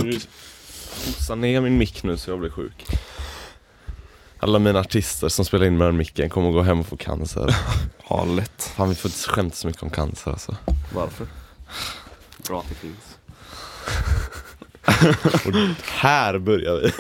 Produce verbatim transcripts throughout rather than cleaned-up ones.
Nu hosta ner min mick nu så jag blir sjuk. Alla mina artister som spelar in med den micken kommer att gå hem och få cancer. Ja, lätt. Fan, vi får inte skämta så mycket om cancer alltså. Varför? Bra att det finns. Och här börjar vi.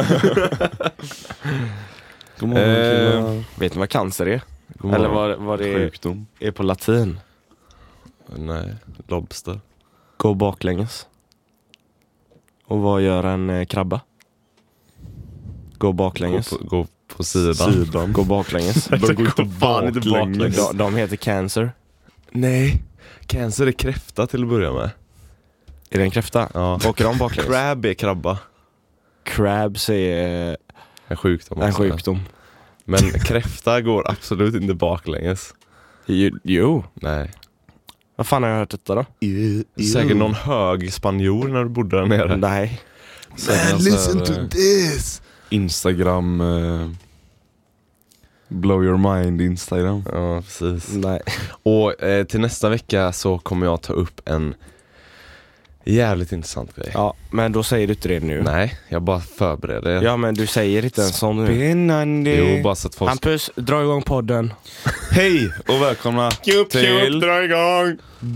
God morgon, eh, vet ni vad cancer är? Eller vad, vad det är, sjukdom är på latin? Nej, lobster. Gå baklänges. Och vad gör en eh, krabba? Gå baklänges. Gå på, gå på sidan. sidan. Gå baklänges. De går inte baklänges. De, de heter cancer. Nej, cancer är kräfta till att börja med. Är det en kräfta? Ja. Åker de baklänges? Crab är krabba. Crabs är en sjukdom. En sjukdom. Men kräfta går absolut inte baklänges. Jo. jo. Nej. Vad fan har jag hört detta då? Ew, ew. Säkert någon hög spanjor när du bodde där nere. Nej. Man, listen to this. Instagram uh, blow your mind Instagram. Ja, precis. Nej. Och eh, till nästa vecka så kommer jag ta upp en jävligt intressant grej. Ja, men då säger du inte det nu. Nej, jag bara förbereder. Ja, men du säger inte en sån nu. Spännande. Jo, bara så att folk... Hampus, dra igång podden. Hej och välkomna Kup, till kup, dra igång.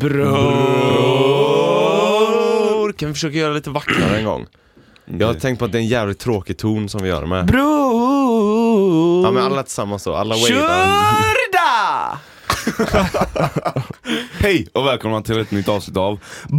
Bror. Kan vi försöka göra lite vackrare en gång? Jag har tänkt på att det är en jävligt tråkig ton som vi gör med. Bror. Ja, men alla tillsammans då. Alla wavar. Körda! Hej och välkomna till ett nytt avsnitt av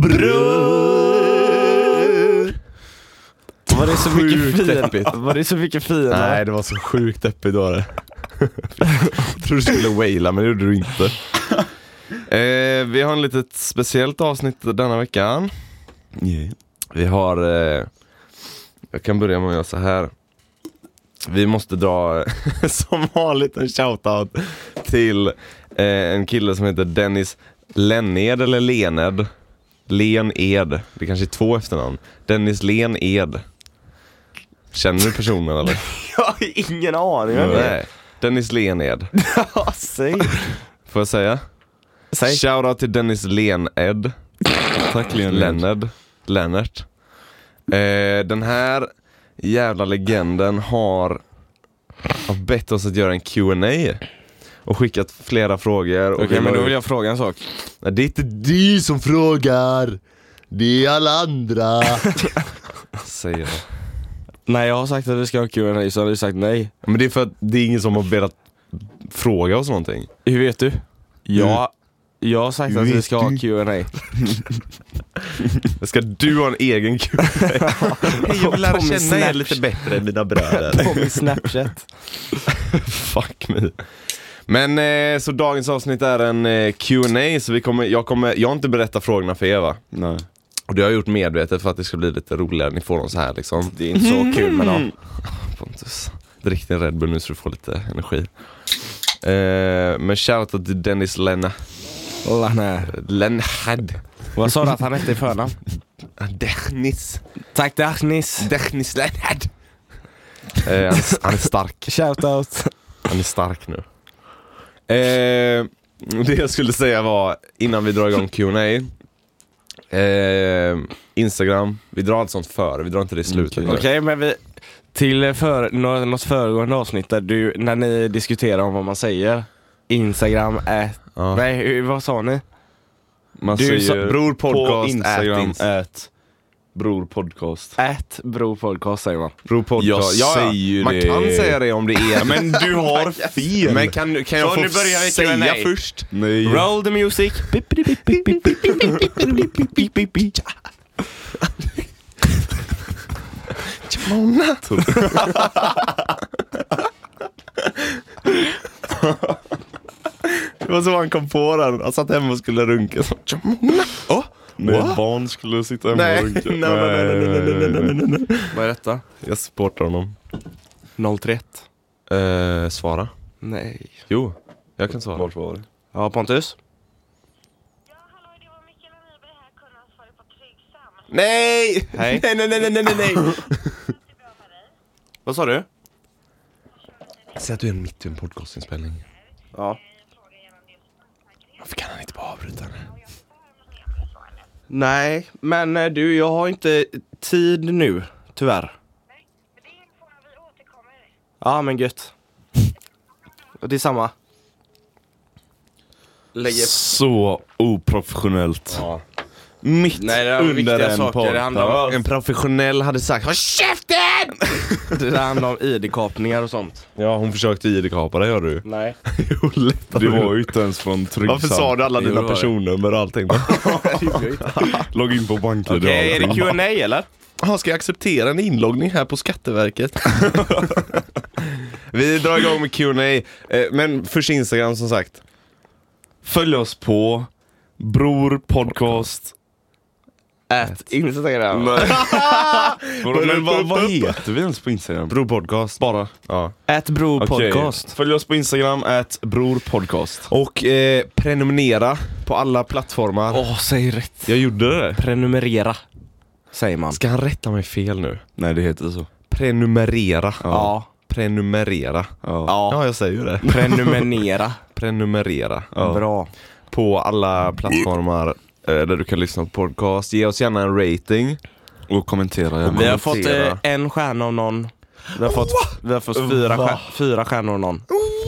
Bror. Var det så mycket fin? deppigt. Var det så mycket fin? Nej, det var så sjukt deppigt då det. Jag trodde du skulle waila, men det gjorde du inte. eh, Vi har en litet speciellt avsnitt denna veckan. yeah. Vi har eh, jag kan börja med att göra så här. Vi måste dra som vanligt en shoutout till eh, en kille som heter Dennis Lenned eller Lened. Lened. Det kanske är två efternamn. Dennis Lened. Känner du personen eller? Jag har ingen aning. Nej. Dennis Lened. Ja, säg. Får jag säga? Säg. Shoutout till Dennis Lened. Tack Lened. Lennart. Lennart. Eh, den här jävla legenden har, har bett oss att göra en Q and A och skickat flera frågor. Okej, okay, men då vill jag fråga en sak. Nej, det är inte du som frågar. Det är alla andra. Säger jag. Nej, jag har sagt att vi ska ha Q and A, så har du sagt nej. Men det är för att det är ingen som har velat fråga oss någonting. Hur vet du? Ja, jag har sagt att vi ska ha Q and A. Ska du ha en egen Q and A? Hey, jag vill lära känna er lite bättre än mina bröder. På min Snapchat. Fuck me. Men eh, så dagens avsnitt är en eh, Q and A. Så vi kommer, jag, kommer, jag har inte berättat frågorna för Eva. Nej. Och det har jag gjort medvetet för att det ska bli lite roligare. Ni får dem så här liksom. Det är inte så kul, men ja. Pontus, drick din Red Bull nu så du får lite energi. eh, Men shoutout till Dennis Lenna Lennad. Vad sa du att han hette i förnamn? Dennis. Tack Dennis. Dennis Lennad. eh, han, han är stark. Shoutout. Han är stark nu. eh, Det jag skulle säga var, innan vi drar igång Q and A, eh, Instagram, vi drar allt sånt före, vi drar inte det i slutet. Okej, okay, men vi till för, något föregående avsnitt där du, när ni diskuterar om vad man säger, Instagram är, ja. Nej, vad sa ni? Man Du, säger Bror Podcast på Instagram ät, ät Bror Podcast. Ät Bror Podcast säger man. Bror Podcast. Jag ja, säger ju man det. kan säga det om det är. Ja, men du har fel. Men kan, kan jag Så få nu börjar vi säga Q and A. först? Nej. Roll the music. Jamona. Det var så han kom på den. Han satt hemma och skulle runka. Jamona. Oh. Nej, What? barn skulle sitta hemma Nej, och runka. nej, nej, nej, nej, nej, nej, nej, nej. Vad är detta? Jag supportar honom. noll tre ett. Eh, svara. Nej. Jo, jag kan svara. Vart var det? Ja, Pontus. Ja, hallå, det var Mikael Nyberg här, kundansvarig på Tryggsam. Nej! Hej. Nej, nej, nej, nej, nej, nej. Det är bra med dig. Vad sa du? Säg att du är mitt i en podcastinspelning. Ja. Varför kan han inte bara avbryta det? Nej, men eh, du, jag har inte tid nu, tyvärr. Nej, men det är ingen fara, vi återkommer. Ja, men gött. Och det är samma. Lägger... Så oprofessionellt. Ja. Mitt Nej, det är under viktiga en saker. Det handlar om, En professionell hade sagt håll käften! det handlar om I D-kapningar och sånt. Ja, hon försökte I D-kapa det, gör du. Nej. Jo, lätt. Det var ju inte ens från Tryggsam. Varför sa du alla Jo, dina det var det. personnummer och allting? Logg in på banken. Okej, är det Q and A eller? Ja, ska jag acceptera en inloggning här på Skatteverket? Vi drar igång med Q and A. eh, Men först Instagram som sagt. Följ oss på Bror Podcast. At Instagram. Vadå, men vad, vad heter vi ens på Instagram? Bror Podcast. Bara. Ja. At Bro Okej. Podcast. Följ oss på Instagram, at Bror Podcast. Och eh, prenumerera på alla plattformar. Åh, säg rätt. Jag gjorde det. Prenumerera, säger man. Ska han rätta mig fel nu? Nej, det heter så. Prenumerera. Ja. Prenumerera. Ja. Ja. Ja, jag säger ju det. Prenumerera. Prenumerera. Ja. Bra. På alla plattformar eh, där du kan lyssna på podcast. Ge oss gärna en rating. Och kommentera gärna. Vi har fått kommentera. eh, en stjärna av någon. Vi har fått, vi har fått fyra, Va? stjär, fyra stjärnor av någon.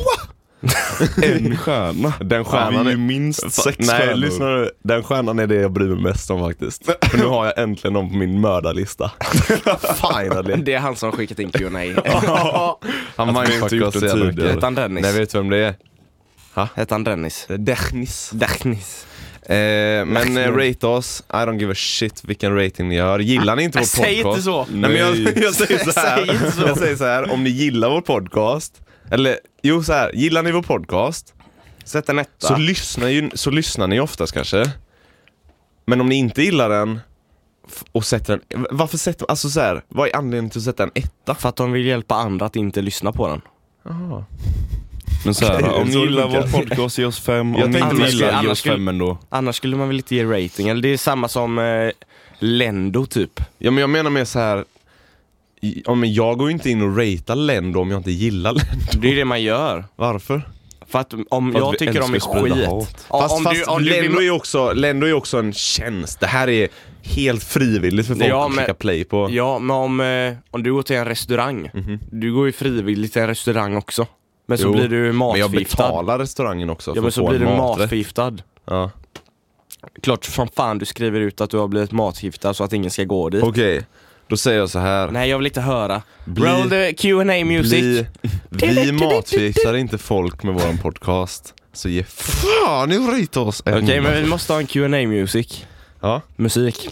En stjärna. Den Ja, stjärnan vi är är... ju minst sex Nej, stjärnor. lyssna nu. Den stjärnan är det jag bryr mig mest om faktiskt. För nu har jag äntligen någon på min mördarlista. Finally. Det är han som skickat in Q and A. Han Att vi inte mindfuckar gjort oss det så jävla tidigare. mycket. Hette han Dennis? Nej, vet du vem det är? Hette han Dennis? Dennis. Dennis. Eh, men eh, rate oss. I don't give a shit vilken rating ni gör. Gillar ni inte vår podcast? Säg inte så. Nej, men jag, jag säger så här. Säg inte så. Jag säger så här, om ni gillar vår podcast, eller jo så här, gillar ni vår podcast Sätt en etta. så lyssnar ju så lyssnar ni oftast kanske. Men om ni inte gillar den f- och sätter den, varför sätter alltså så här, vad är anledningen till att sätta en etta? För att de vill hjälpa andra att inte lyssna på den. Jaha. Men så här, Okej, om ni så gillar funkar. vår podcast, ge oss fem. Jag Om ni tänkte inte annars gillar, skulle- ge annars oss skulle- fem ändå. Annars skulle man väl inte ge rating. Eller det är samma som eh, Lendo typ. Ja, men jag menar mer så här. i- Ja, men jag går ju inte in och ratear Lendo om jag inte gillar Lendo. Det är det man gör. Varför? För att om För att jag vi tycker de är älskar att sprida skit. hat. Ja, Fast, om fast du, om du Lendo, vill, är ju också, Lendo är ju också en tjänst. Det här är helt frivilligt för folk Ja, att men- klicka play på. ja, men om, eh, om du går till en restaurang. Mhm. Du går ju frivilligt till en restaurang också. Men så Jo, blir du Men jag matförgiftad. betalar restaurangen också för Ja, men att så få blir en du maträtt. matförgiftad. Ja. Klart som fan du skriver ut att du har blivit matförgiftad så att ingen ska gå dit. Okej, då säger jag så här. Nej, jag vill inte höra. Bli- Roll the Q and A music. Bli, vi matförgiftar inte folk med våran podcast. Så ge fan i att rita oss en. Okej, men vi måste ha en Q and A music. Ja, Musik.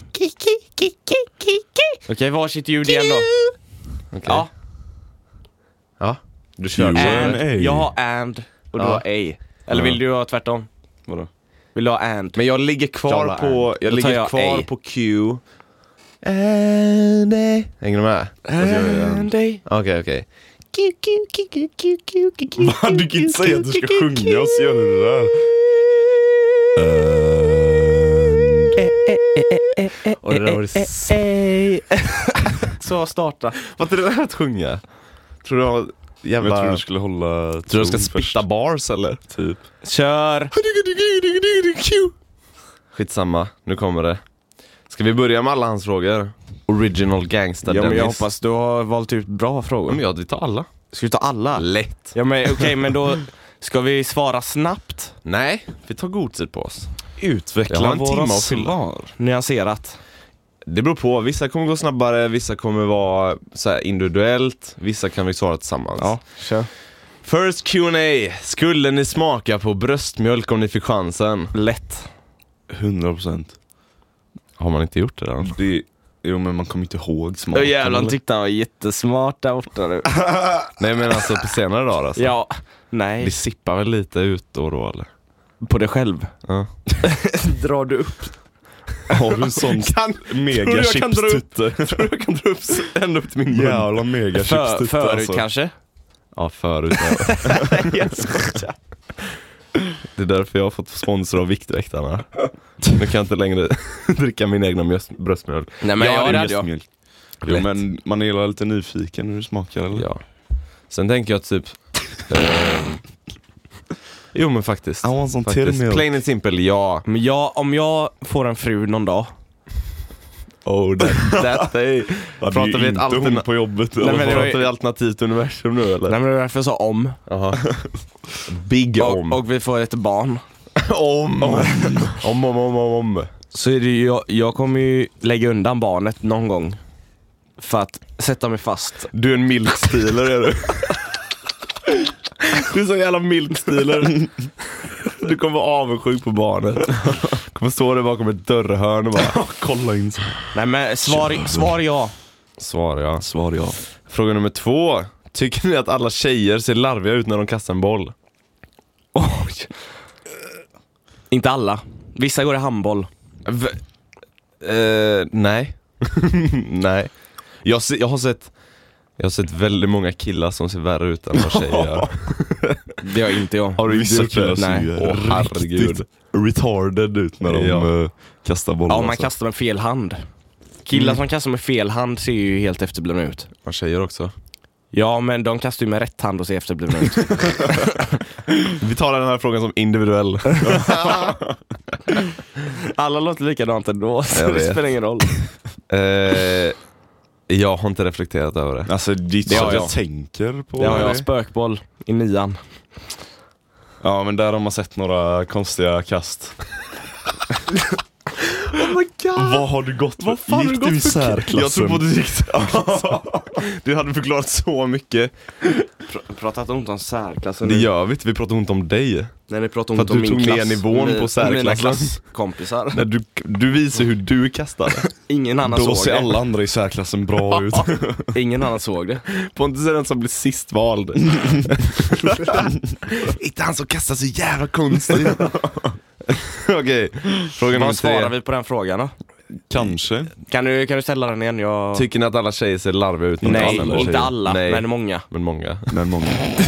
Okej, varsitt ljud igen då. okej. Ja, Ja, du kör. Q and and. A. Jag har and och du Ja. har A. Eller vill du ha tvärtom? Vadå? Vill du ha and? Men jag ligger kvar Jalla, på, and. jag Då tar ligger jag kvar A. på Q. And A. Hänger du med? And A. Okej, okej. Va? Du kan inte säga att du ska sjunga och så gör du det där. Och det där var det s- Så starta. Vad är det där att sjunga? Tror du har Men jävla... jag tror du skulle hålla Tror du jag ska ton spitta först, bars eller? typ. Kör. Skitsamma, nu kommer det. Ska vi börja med alla hans frågor? Original gangsta Ja, men jag Dennis. hoppas du har valt ut bra Ja, frågor. men jag, vi tar alla. Ska vi ta alla? Lätt. Ja, men okej, men då ska vi svara snabbt, Nej, vi tar god tid på oss. Utveckla Jag har en våra timme av svar. svar. nyanserat. Det beror på, vissa kommer gå snabbare, vissa kommer vara så här individuellt, vissa kan vi svara tillsammans. Ja, kör. First Q and A. Skulle ni smaka på bröstmjölk om ni fick chansen? Lätt. hundra procent. Har man inte gjort det då? Det, jo, men man kommer inte ihåg smaken. Åh jävlar, han eller? tyckte han var jättesmart där borta nu. Nej, men alltså på senare dagar alltså. Ja, nej. Det sippar väl lite ut då och då eller? På dig själv. Ja. Drar du upp? Har du en sån Kan, mega tror du jag kan dra upp- chipstutte? tror du jag kan dra upp ända upp till min mun? Jävla mega För, chipstutte förut alltså. kanske? Ja, förut. Ja. Jag skojar. Det är därför jag har fått sponsor av Viktväktarna. Nu kan jag inte längre dricka min egna mjös- bröstmjölk. Nej, men Ja, ja, det det är hade jag. mjölk. Jo, Lätt. men man är lite nyfiken hur det smakar eller? Ja. Sen tänker jag typ... Eh, jo men faktiskt. I want some faktiskt. titty milk. Plain and simple, ja. Men jag, om jag får en fru någon dag Oh, that, that day. Pratar vi ett alterna- på jobbet? Nej, men det var pratar ju- vi alternativt universum nu eller? Nej men det var därför jag sa om. Jaha. Big om. Och, och vi får ett barn. om. om. Om, om, om, om, om. Så är det ju, jag, jag kommer ju lägga undan barnet någon gång. För att sätta mig fast. Du är en milkstealer är du. Du är så jävla milkstealer. Du kommer vara avundsjuk på barnet. Kommer stå där bakom ett dörrhörn och bara Kolla in. Nej men svar, svar ja. Svar ja. Svar ja. Fråga nummer två. Tycker ni att alla tjejer ser larviga ut när de kastar en boll? Oj. Inte alla. Vissa går i handboll. V- eh, nej. nej. Jag, se, jag har sett Jag har sett väldigt många killar som ser värre ut än vad tjejer gör. Det har inte jag. Har du inte Vissa gjort killar det? ser Nej. ju Åh, herregud. riktigt retarded ut när de Ja. eh, kastar bollar. Ja, om man alltså. kastar med fel hand. Killar Mm. som kastar med fel hand ser ju helt efterblivna ut. Ja, tjejer också. Ja, men de kastar ju med rätt hand och ser efterblivna ut. Vi tar den här frågan som individuell. Alla låter likadant ändå, så Jag det vet. spelar ingen roll. eh, jag har inte reflekterat över det. Alltså det är Det så har att jag jag. tänker på Det har jag, det. spökboll i nian. Ja, men där har man sett några konstiga kast. Oh my god. Vad har du gått för? Vad fan har Gick du gått du i för- särklassen? Jag tror på att du gick. Du hade förklarat så mycket. Pr- pratat ont om särklassen. Det gör vi inte, vi pratar ont om dig. När ni pratar För ont att om du min tog ner klass. nivån Mi- på särklassen. Mina klasskompisar. När du, du visar hur du kastade. Ingen annan Då såg ser det. alla andra i särklassen bra ut. Ingen annan såg det. Pontus är den som blir sist vald. Inte han som kastar så jävla konstigt. Okej, fråga nummer Vad svarar tre. vi på den frågan då? Kanske. Kan du, kan du ställa den igen? Jag... Tycker ni att alla tjejer ser larviga ut? Nej, Alla inte tjejer? alla, Nej, men många. men många. Men många.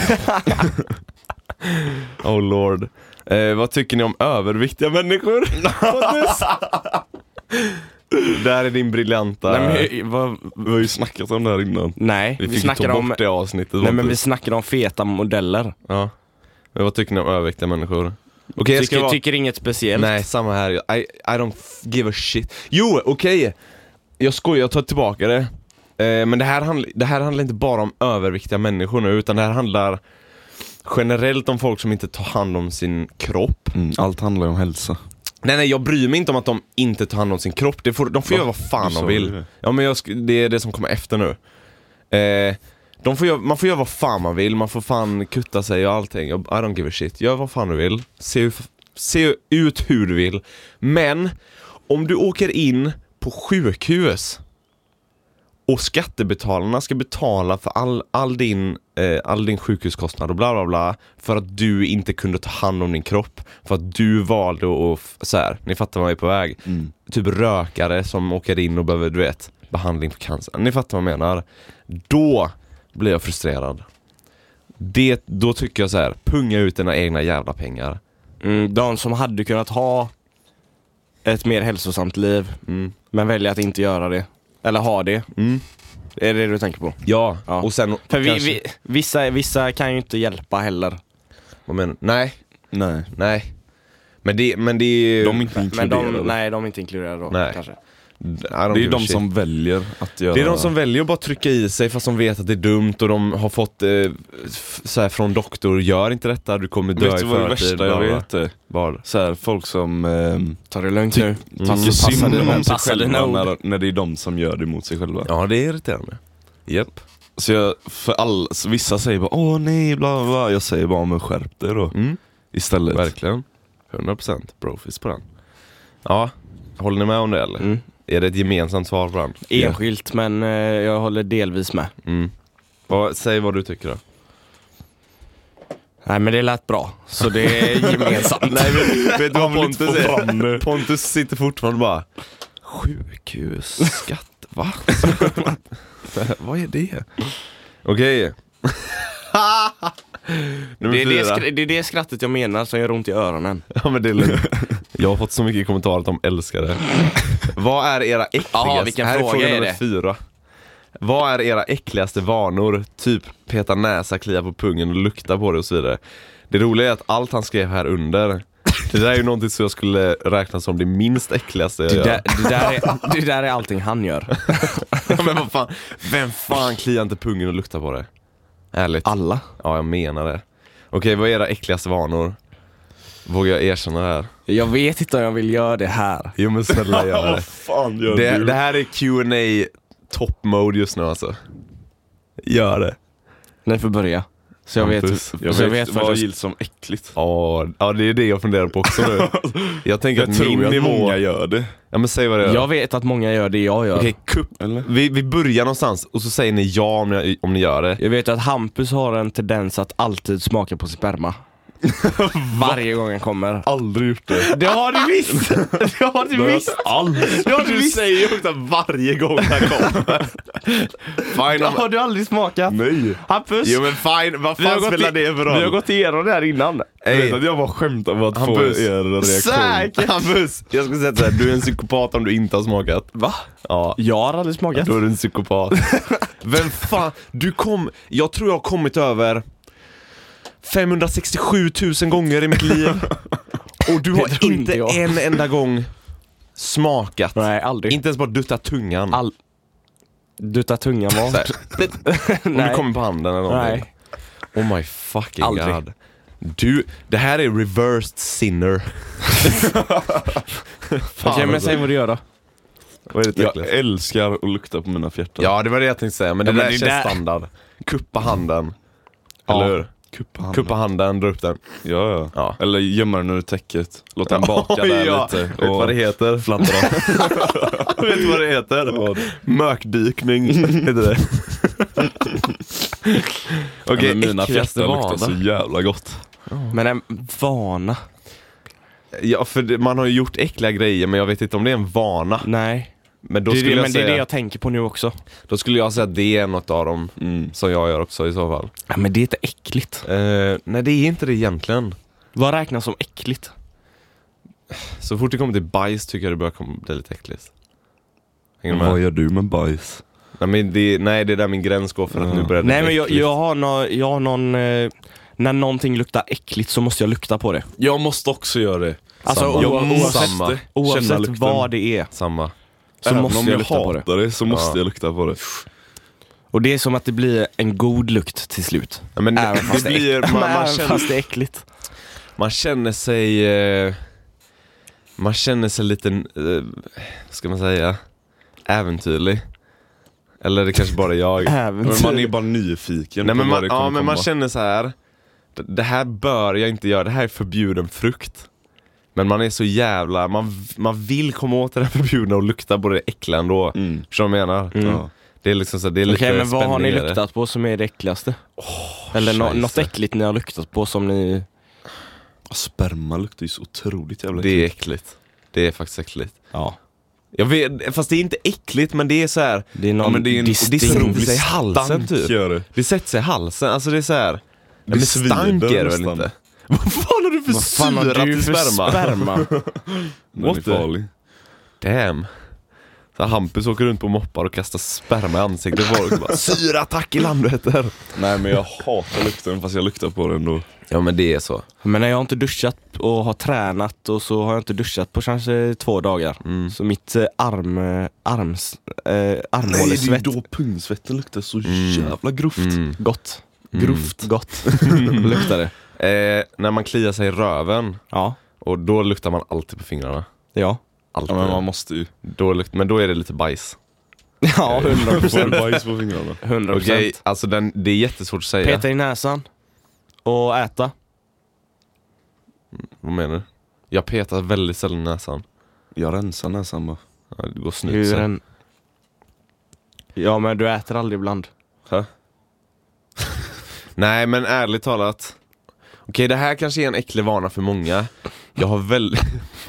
Oh lord. Eh, vad tycker ni om överviktiga människor? Pontus? Där är din briljanta... Nej, men, vad, Vi har ju snackat om det här innan. nej vi vi, fick snackar ta bort om... det avsnittet. Nej, men vi Pontus. snackar om feta modeller. Ja. Men vad tycker ni om överviktiga människor? Okej, jag ska tycker, vara... tycker inget speciellt. Nej, samma här. I, I don't f- give a shit. Jo, okej. Jag skojar, jag tar tillbaka det. Eh, men det här, handl- det här handlar inte bara om överviktiga människor nu, utan det här handlar generellt om folk som inte tar hand om sin kropp. Mm, allt handlar ju om hälsa. Nej, nej, jag bryr mig inte om att de inte tar hand om sin kropp. Det får, de får Va? göra vad fan Du de sa vill. ju det. Ja, men jag sk- det är det som kommer efter nu. Eh, de får göra, man får göra vad fan man vill. Man får fan kutta sig och allting. I don't give a shit. Gör vad fan du vill. Se, hur, se ut hur du vill. Men om du åker in på sjukhus och skattebetalarna ska betala för all, all, din, eh, all din sjukhuskostnad och bla bla bla, för att du inte kunde ta hand om din kropp, för att du valde att f- så här, ni fattar vad jag är på väg. Mm. Typ rökare som åker in och behöver, du vet, behandling för cancer. Ni fattar vad jag menar. Då blir jag frustrerad. Det, då tycker jag så här: punga ut dina egna jävla pengar. Mm, de som hade kunnat ha ett mer hälsosamt liv, Mm. men väljer att inte göra det. Eller ha det. Mm. Är det det du tänker på? Ja, Ja. och sen För vi, kanske- vi, vissa, vissa kan ju inte hjälpa heller. vad menar du? Nej, Nej. nej. Men det, men det är De är inte Men inkluderade. de, nej, de är inte inkluderade då. Nej. Kanske. I don't Det är ju give a de shit. som väljer att göra... Det är de som väljer att bara trycka i sig fast de vet att det är dumt, och de har fått eh, f- så här från doktor: gör inte detta, du kommer dö Vet i du vad det förtid. värsta jag bla, bla. vet är? Vad? Så här, folk som ehm, Ta det lugnt Ty- nu. Mm. tycker Passa synd dina- om sig passa dina själva ord. när, när det är de som gör det mot sig själva. Ja, det är irriterande. Japp. Så jag, för all, så vissa säger bara åh nej bla bla bla. Jag säger bara men skärp dig då Mm. istället. Verkligen. hundra procent brofist på den. Ja, håller ni med om det eller? Mm. Är det ett gemensamt svar på den? Enskilt, men eh, jag håller delvis med. Mm. Vad, säg vad du tycker då. Nej, men det lät bra. Så det är gemensamt. Nej, vet, vet du vad vill inte Pontus få fram är? det. Pontus sitter fortfarande bara: sjukhus, skatt, va? Vad är det? Okej. Nummer Det är det, fyra. skr- det är det skrattet jag menar som gör ont i öronen. Ja, men det är lugnt. Jag har fått så mycket kommentarer att de älskar det. Vad är era äckligaste... Jaha, vilken här är fråga fråga är nummer det? fyra. Vad är era äckligaste vanor? Typ peta näsa, klia på pungen och lukta på det och så vidare. Det roliga är att allt han skrev här under Det där är ju någonting som jag skulle räkna som det minst äckligaste jag Det gör. där, det, där är, det där är allting han gör. Men vad fan, vem fan kliar inte pungen och luktar på det? Ärligt. Alla. Ja, jag menar det. Okej, vad är era äckligaste vanor? Vågar jag erkänna det här? Jag vet inte om jag vill göra det här. Jo men snälla gör det. Vad fan gör det. du? Det här är Q and A top mode just nu alltså. Gör det. Ni får börja. Så jag vet, Hampus, Jag så jag vet vet vad vad jag du... gillar som äckligt. Ja, ja, det är det jag funderar på också nu. Jag tänker Jag att tror min att nivå... många gör det. Ja men säg vad det är. Jag vet att många gör det jag gör. Okej, kupp. Eller? Vi, vi börjar någonstans och så säger ni ja om ni, om ni gör det. Jag vet att Hampus har en tendens att alltid smaka på sperma. Varje gång han kommer. Aldrig gjort det. Det har du visst! Det har du visst! Alls. Det har du Du visst! säger ju också varje gång han kommer. Fine, Det om... har du aldrig smakat. Nej. Hampus! Jo men fine, vad Vi har fan gått spelar i- det för Vi har roll? gått igenom det här innan. Jag Ey, vet att jag bara skämtar om att Hampus. få er reaktion. Säkert! Hampus, jag ska säga såhär, du är en psykopat om du inte har smakat. Va? Ja, Jag har aldrig smakat. då är du en psykopat. Vem fan, du kom, jag tror jag har kommit över femhundrasextiosju tusen gånger i mitt liv. Och du Det har tror inte inte jag. en enda gång smakat. Nej, aldrig. Inte ens bara duttat tungan. All... Du tar tungan var. Så här, om du Nej. kommer på handen eller någonting. Nej. Oh my fucking Aldrig. god. Du, det här är reversed sinner. Okej, men säg vad du gör då. Vad är det Jag äckligt? älskar att lukta på mina fjärtar. Ja, det var det jag tänkte säga, men det Ja, men där det känns där- standard. Kuppa handen. Ja. Eller hur? Kuppa handen. Kuppa handen, dra upp den. Ja, ja, Ja. Eller gömma den under täcket. Låt den baka Oj, där ja. lite. Vet du vad det heter? fladdra. Vet du vad det heter? Mökdykning heter det. Okej, Ja, men mina äckligaste fjärtar luktar så vana. jävla gott. Men en vana? Ja, för det, man har ju gjort äckliga grejer, men jag vet inte om det är en vana. Nej. Men då Det är skulle det, jag men det är säga, det jag tänker på nu också. då skulle jag säga att det är något av dem Mm. som jag gör också i så fall. Ja, men det är inte äckligt. Eh, nej, det är inte det egentligen. Vad räknas som äckligt? Så fort det kommer till bajs tycker jag det börjar komma, bli lite äckligt. Hänger du med? Vad gör du med bajs? Nej, men det, nej, det är där min gräns går för att Ja. nu börjar det Nej, bli men jag, äckligt. jag har, nå, jag har någon... Eh, när någonting luktar äckligt så måste jag lukta på det. Jag måste också göra det. Alltså Samma. o- Jag oavsett, samma. Känna oavsett lukten. vad det är Samma. så Även måste om jag jag lukta på det. hatar det så måste Ja. jag lukta på det. Och det är som att det blir en god lukt till slut. Ja, men Även det, fast det det är blir, äckligt. man, man, Även känner, fast det är äckligt. man känner sig eh, man känner sig lite eh, vad ska man säga, äventyrlig. Eller det kanske bara är jag. Även Men man är bara nyfiken Nej, på men vad man, det kommer ja, men man komma. känner så här. Det, det här bör jag inte göra. Det här är förbjuden frukt. Men man är så jävla, man, man vill komma åt det här förbjudna och lukta på det äckliga ändå. Mm. Förstår du vad jag menar? Mm. Ja. Det är liksom så, det är lite Okej, men vad har ni spänning i det. luktat på som är det äckligaste? Eller no- scheisse. något äckligt ni har luktat på som ni... Sperma luktar ju så otroligt jävla Det är äckligt. Det är faktiskt äckligt. Ja. Jag vet, fast det är inte äckligt, men det är så här. Det är någon Ja, men det är en Det distinkt... sätter sig i halsen stank, typ. gör det. Det sätter sig i halsen, alltså det är så här. Ja, men svider stank är det väl nästan. inte? Vad fan har du för Vad fan har syrat du i för sperma? sperma? Den är What the- farlig. Damn. Så Hampus åker runt på moppar och kastar sperma i ansiktet på folk och bara syratack i landet. Nej, men jag hatar lukten fast jag luktar på den då. Ja, men det är så. Men när jag har inte duschat och har tränat och så har jag inte duschat på kanske två dagar. Mm. Så mitt eh, arm, eh, arms, eh, armhålesvett, då pungsvetten luktar så Mm. jävla grovt. Mm. gott. Mm. Grovt. Gott. Luktar det. Eh, när man kliar sig i röven, Ja. och då luktar man alltid på fingrarna. Ja. Alltid. Ja, men man måste ju. då lukt, men då är det lite bajs. Ja, hundra Får procent. bajs på fingrarna. Hundra Okej, procent. alltså den, det är jättesvårt att säga. Peta i näsan och äta. Vad menar du? Jag petar väldigt sällan i näsan. Jag rensar näsan bara. Ja, det går Hur snut en... Ja, men du äter aldrig ibland. Nej, men ärligt talat. Okej, det här kanske är en äcklig vana för många. Jag har väldigt...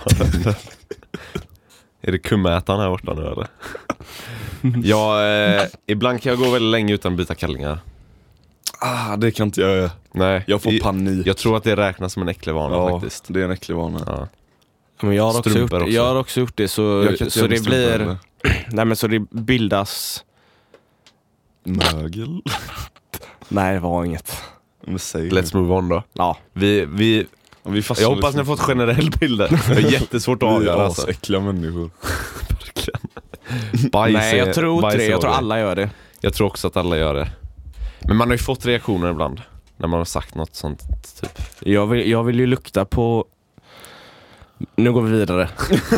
Är det kumätaren här borta nu eller? Jag, eh, ibland kan jag gå väldigt länge utan att byta kallingar. Ah, det kan inte jag göra. Nej, Jag får I- panik. Jag tror att det räknas som en äcklig vana Ja, faktiskt. det är en äcklig vana. Ja. Men jag har också, gjort, Strumpor också. jag har också gjort det så, Jag kan inte så göra det med strumpor blir... heller. Nej, men så det bildas... Mögel? Nej, det var inget. Men säg Let's move on då. Ja. Vi, vi, Vi fastnar Jag hoppas ni har fått generell bilder. Det är jättesvårt att avgöra alltså. alltså. Äckliga människor. Bajs Nej, jag är- tror bajs inte det. är Jag tror det. alla gör det. Jag tror också att alla gör det. Men man har ju fått reaktioner ibland när man har sagt något sånt typ. Jag vill, jag vill ju lukta på... Nu går vi vidare.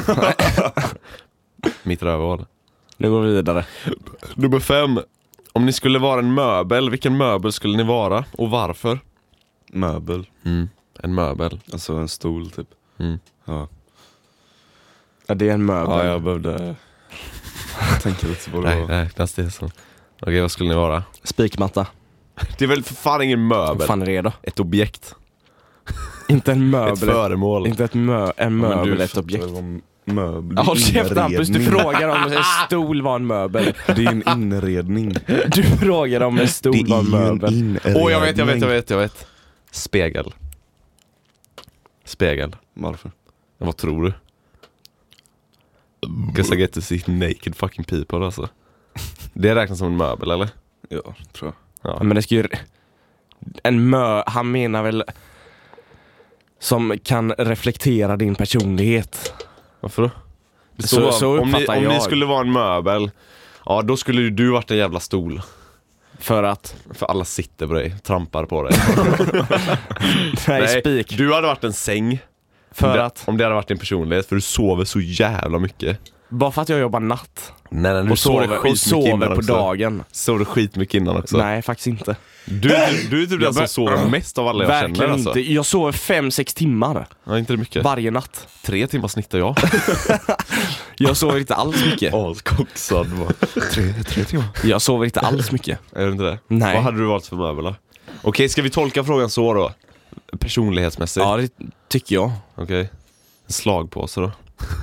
Mitt rövhål. Nu går vi vidare. Nummer fem. Om ni skulle vara en möbel, vilken möbel skulle ni vara? Och varför? Möbel. Mm. En möbel. Alltså en stol typ. Mm. Ja. Ja, det är en möbel. Ja, jag behövde tänka lite på det. Nej, var. nej, det är så. Okej, vad skulle ni vara? Spikmatta. Det är väl för fan ingen möbel. Vad fan är det då? Ett objekt. Inte en möbel. Ett föremål. Inte ett mö- en Ja, men möbel, du ett fattar objekt. väl vad möbel. Ja, håll käften Hampus, du Inredning. frågar om en stol var en möbel. Det är en inredning. Du frågar om en stol var en möbel. inredning. Åh, jag vet, jag vet, jag vet, jag vet. Spegel. Spegel. Varför? Ja, vad tror du? Guess I get to see naked fucking people alltså. Det räknas som en möbel, eller? Ja, tror jag. Ja, men det ska ju... En mö... Han menar väl... Som kan reflektera din personlighet. Varför då? Det Så- står bara, så om, ni, uppfattar om ni jag. skulle vara en möbel, ja då skulle ju du varit en jävla stol. För att... För alla sitter på dig, trampar på dig. Nej, spik. Du hade varit en säng. För om det, att... Om det hade varit din personlighet, för du sover så jävla mycket. Bara för att jag jobbar natt. Nej, nej, du Och sover, sover, och skitmycket sover innan på också. dagen. Sover du skitmycket innan också? Nej, faktiskt inte. Du, du, du är typ den Jag som bör- sover mest av alla jag Verkligen känner alltså. inte. Jag sover fem, sex timmar. Ja, inte det mycket. Varje natt. Tre timmar snittar jag. Jag sover inte alls mycket. Åh, koksad bara. Tre, tre timmar. Jag sover inte alls mycket. Är det inte det? Nej. Vad hade du valt för möbel då? Okej, ska vi tolka frågan så då? Personlighetsmässigt? Ja, det tycker jag. Okej. En slagpåse då?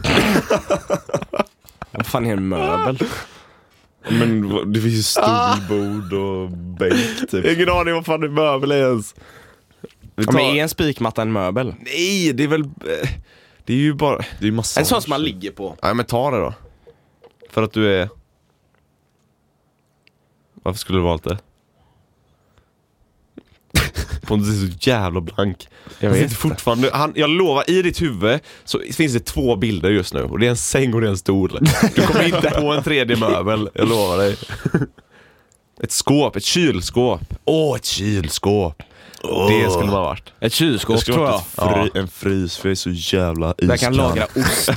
Vad fan är en möbel? Men vad- det finns ju stolbord och bänk typ. Ingen aning vad fan en möbel är ens. Vi Ja, tar... men är en spikmatta en möbel? Nej, det är väl... eh, Det är ju bara... Det är ju massa. En sån som man ligger på. Nej, men ta det då. För att du är... Varför skulle du valt det? Pontus är så jävla blank. Jag Han vet sitter fortfarande, han, jag lovar, i ditt huvud så finns det två bilder just nu. Och det är en säng och det är en stol. Du kommer inte på en tredje möbel, jag lovar dig. Ett skåp, ett kylskåp. Åh, ett kylskåp. Det skulle man ha varit. Ett kylskåp, Det ska tror vara jag. ett fri, en frys för jag är så jävla iskall. Där kan lagra ost.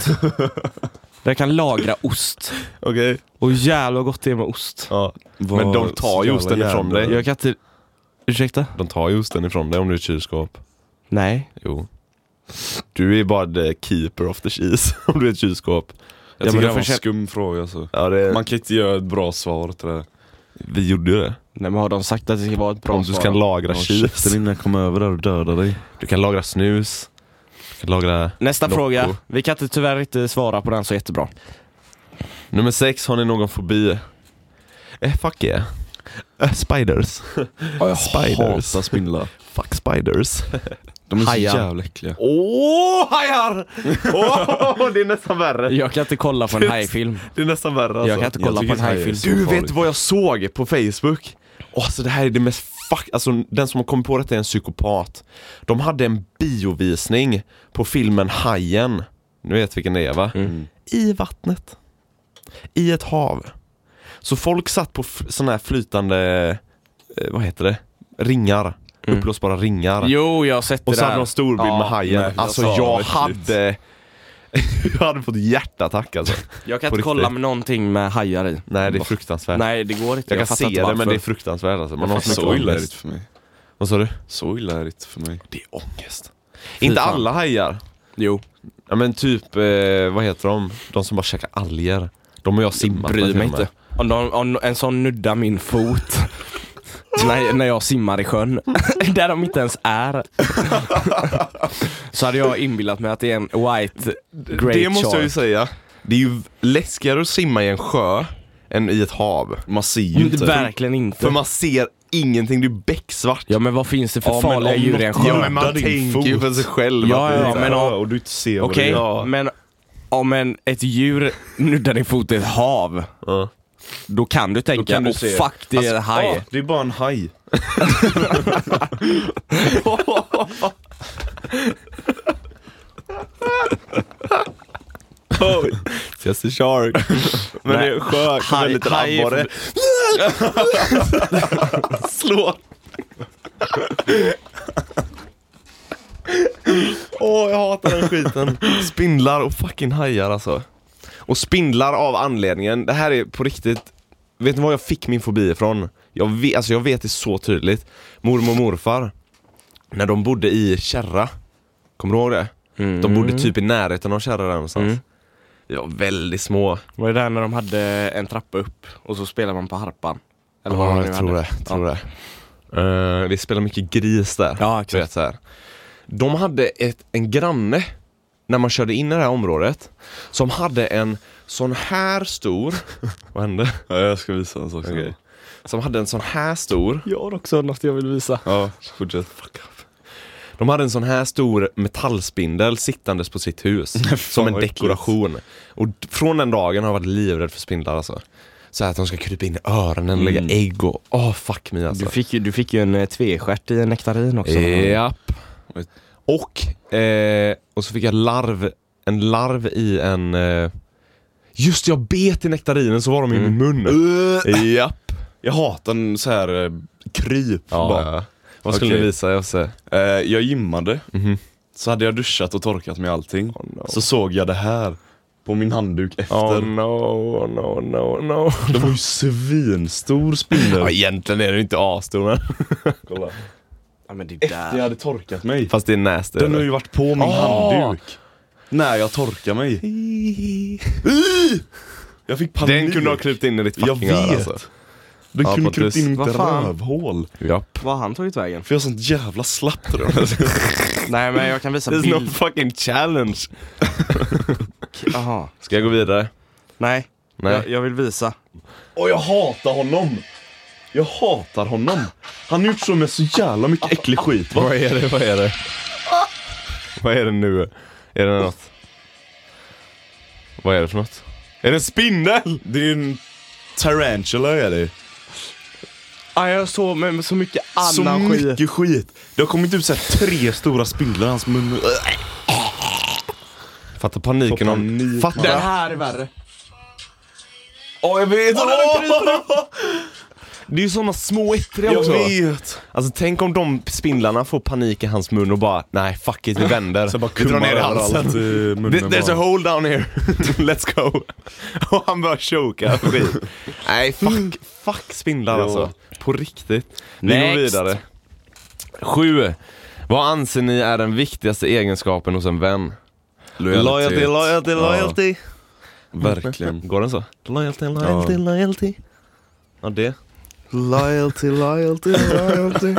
Där kan lagra ost. Okej. Och jävla gott det är med ost. Ja. Vad Men de tar ju så osten jävla ifrån jävla- dig. Jag kan inte... Ursäkta? De tar ju osten ifrån dig om du är ett kylskåp. Nej. Jo. Du är bara the keeper of the cheese om du är ett kylskåp. Jag Ja, tycker men det jag var en får kä- skum fråga alltså. Ja, det... Man kan inte göra ett bra svar till det. Vi gjorde ju det. Nej, men har de sagt att det ska vara ett bra Om du svar? ska lagra Ja, cheese. käften innan jag kommer över där och dödar dig. Du kan lagra snus. Du kan lagra... Nästa Nocco. fråga. Vi kan inte, tyvärr inte svara på den så jättebra. Nummer sex, har ni någon fobi? Eh, fuck yeah. Uh, spiders. Ja, jag Spiders. hatar spindlar. Fuck spiders. De är så Hajar. jävla äckliga. Åh, oh, hajar! Åh, det är nästan värre. Jag kan inte kolla på en hajfilm. Det är nästan värre alltså. Jag kan inte jag kolla på tycker en hajar är hajfilm. så Du, farligt. vet du vad jag såg på Facebook? Åh, alltså det här är det mest fuck... Alltså den som har kommit på detta är en psykopat. De hade en biovisning på filmen Hajen. Nu vet vilken det är, va? Mm. I vattnet. I ett hav. Så folk satt på f- såna här flytande... Eh, vad heter det? Ringar. Mm. Upplåsbara ringar. Jo, jag har sett det Och så där. hade de storbild Ja, med hajen. nej, jag Alltså sa jag äckligt. hade... jag hade fått hjärtattack alltså. Jag kan På inte kolla riktigt. med någonting med hajar i. Nej, det är fruktansvärt. Nej, det går inte. jag kan fattar se inte det, men varför. det är fruktansvärt alltså. Man Jag har fattar så Så mycket illa är det ångest. inte för mig. Vad sa du? Så illa är det inte för mig. Det är ångest. Fy Inte fan. alla hajar. Jo, Ja men typ, eh, vad heter de? De som bara käkar alger. De har jag simmat bryr med mig till och med. inte. Om, de, om en sån nuddar min fot när, när jag simmar i sjön, där de inte ens är, så hade jag inbillat mig att det är en white great Det måste jag ju shark. säga. Det är ju läskigare att simma i en sjö än i ett hav. Man ser ju Mm, inte. verkligen inte. För man ser ingenting, det är becksvart. Ja, men vad finns det för Ja, men farliga om djur i en något- sjö? Ja, men man din tänker ju fot. för sig själv. Ja, att det är ja, så men här. om- och du inte ser vad Okej, det är. Ja. men om en, ett djur nuddar din fot i ett hav, Ja. Då kan du tänka, kan du oh, se. fuck, det är en Alltså, haj. ja, det är bara en haj. Oj, just a shark. Men Nej. det är sjö, kommer en liten haj är abborre. Slå. Åh, oh, jag hatar den skiten. Spindlar och fucking hajar alltså. Och spindlar av anledningen, det här är på riktigt. Vet ni var jag fick min fobi ifrån? Jag vet, alltså jag vet det så tydligt. Mormor och morfar, när de bodde i Kärra, kommer du ihåg det? Mm. De bodde typ i närheten av Kärra där någonstans. Mm. Vi var väldigt små. Var det där när de hade en trappa upp och så spelade man på harpan? Eller vad Ja, de nu jag tror hade. det, tror det. Uh, det spelar mycket gris där. Ja, exakt. Vet, så här. De hade ett, en granne när man körde in i det här området som hade en sån här stor. Vad hände? Ja, jag ska visa en sak. Okay. Som hade en sån här stor. Jag har också något jag vill visa. Ja, fortsätt. Fuck up. De hade en sån här stor metallspindel sittandes på sitt hus som en vad dekoration. Och d- från den dagen har jag varit livrädd för spindlar alltså. Så här att de ska krypa in i öronen och lägga ägg och åh oh, fuck me alltså. Du fick ju, du fick ju en eh, tvestjärt i en nektarin också. Japp. Och eh, och så fick jag larv en larv i en eh, just jag bet i nektarinen så var de i min mun. Uh, Japp. jag hatar en så här eh, kryp. Ja, bara. ja. Vad skulle Okej. ni visa? Jag ser. Eh, jag gymmade. Mhm. Så hade jag duschat och torkat med allting. Oh, no. Så såg jag det här på min handduk efter. Oh no, oh, no, no, no. Det var ju svinstor spindel. Ja, egentligen är det inte asstor men. Kolla. Ja, men det Efter jag där. hade torkat mig. Fast det är nasty. Den har ju varit på min Ah. handduk. När jag torkar mig. Jag fick panik. Den kunde ha krypt in i ditt Jag fucking öra vet. alltså. Den Ja, kunde Pontus. krypt in i Vad mitt fan? rövhål. Japp. Vad har han tagit vägen? För jag har sånt jävla slappt röv. Nej, men jag kan visa There's bild. no fucking challenge. Jaha. Ska jag gå vidare? Nej, Nej. Jag, jag vill visa. Och jag hatar honom. Jag hatar honom. Han har gjort så med så jävla mycket äcklig skit, va? Vad är det? Vad är det? Vad är det nu? Är det något? Vad är det för något? Är det en spindel? Det är en tarantula, är det. Ja, jag såg med så mycket Så annan skit. mycket skit. Det har kommit ut så här tre stora spindlar i hans mun. Fatta paniken Får om... panik. Fatta... Den här är värre. Åh, jag vet! Det är ju såna små ettriga Jag också. vet. Alltså tänk om de spindlarna får panik i hans mun och bara nej, fuck it, vi vänder. Så bara vi drar ner i kummar halsen. överallt i munnen. Th- There's bara. a hole down here. Let's go. Och han bara choka. Skit. Nej, fuck, fuck spindlar Ja. alltså. På riktigt. Vi går Next. vidare. Sju. Vad anser ni är den viktigaste egenskapen hos en vän? Loyalty, loyalty, loyalty. Verkligen. Går den så? Loyalty, loyalty, Ja. loyalty. Ja, det. Loyalty, loyalty, loyalty.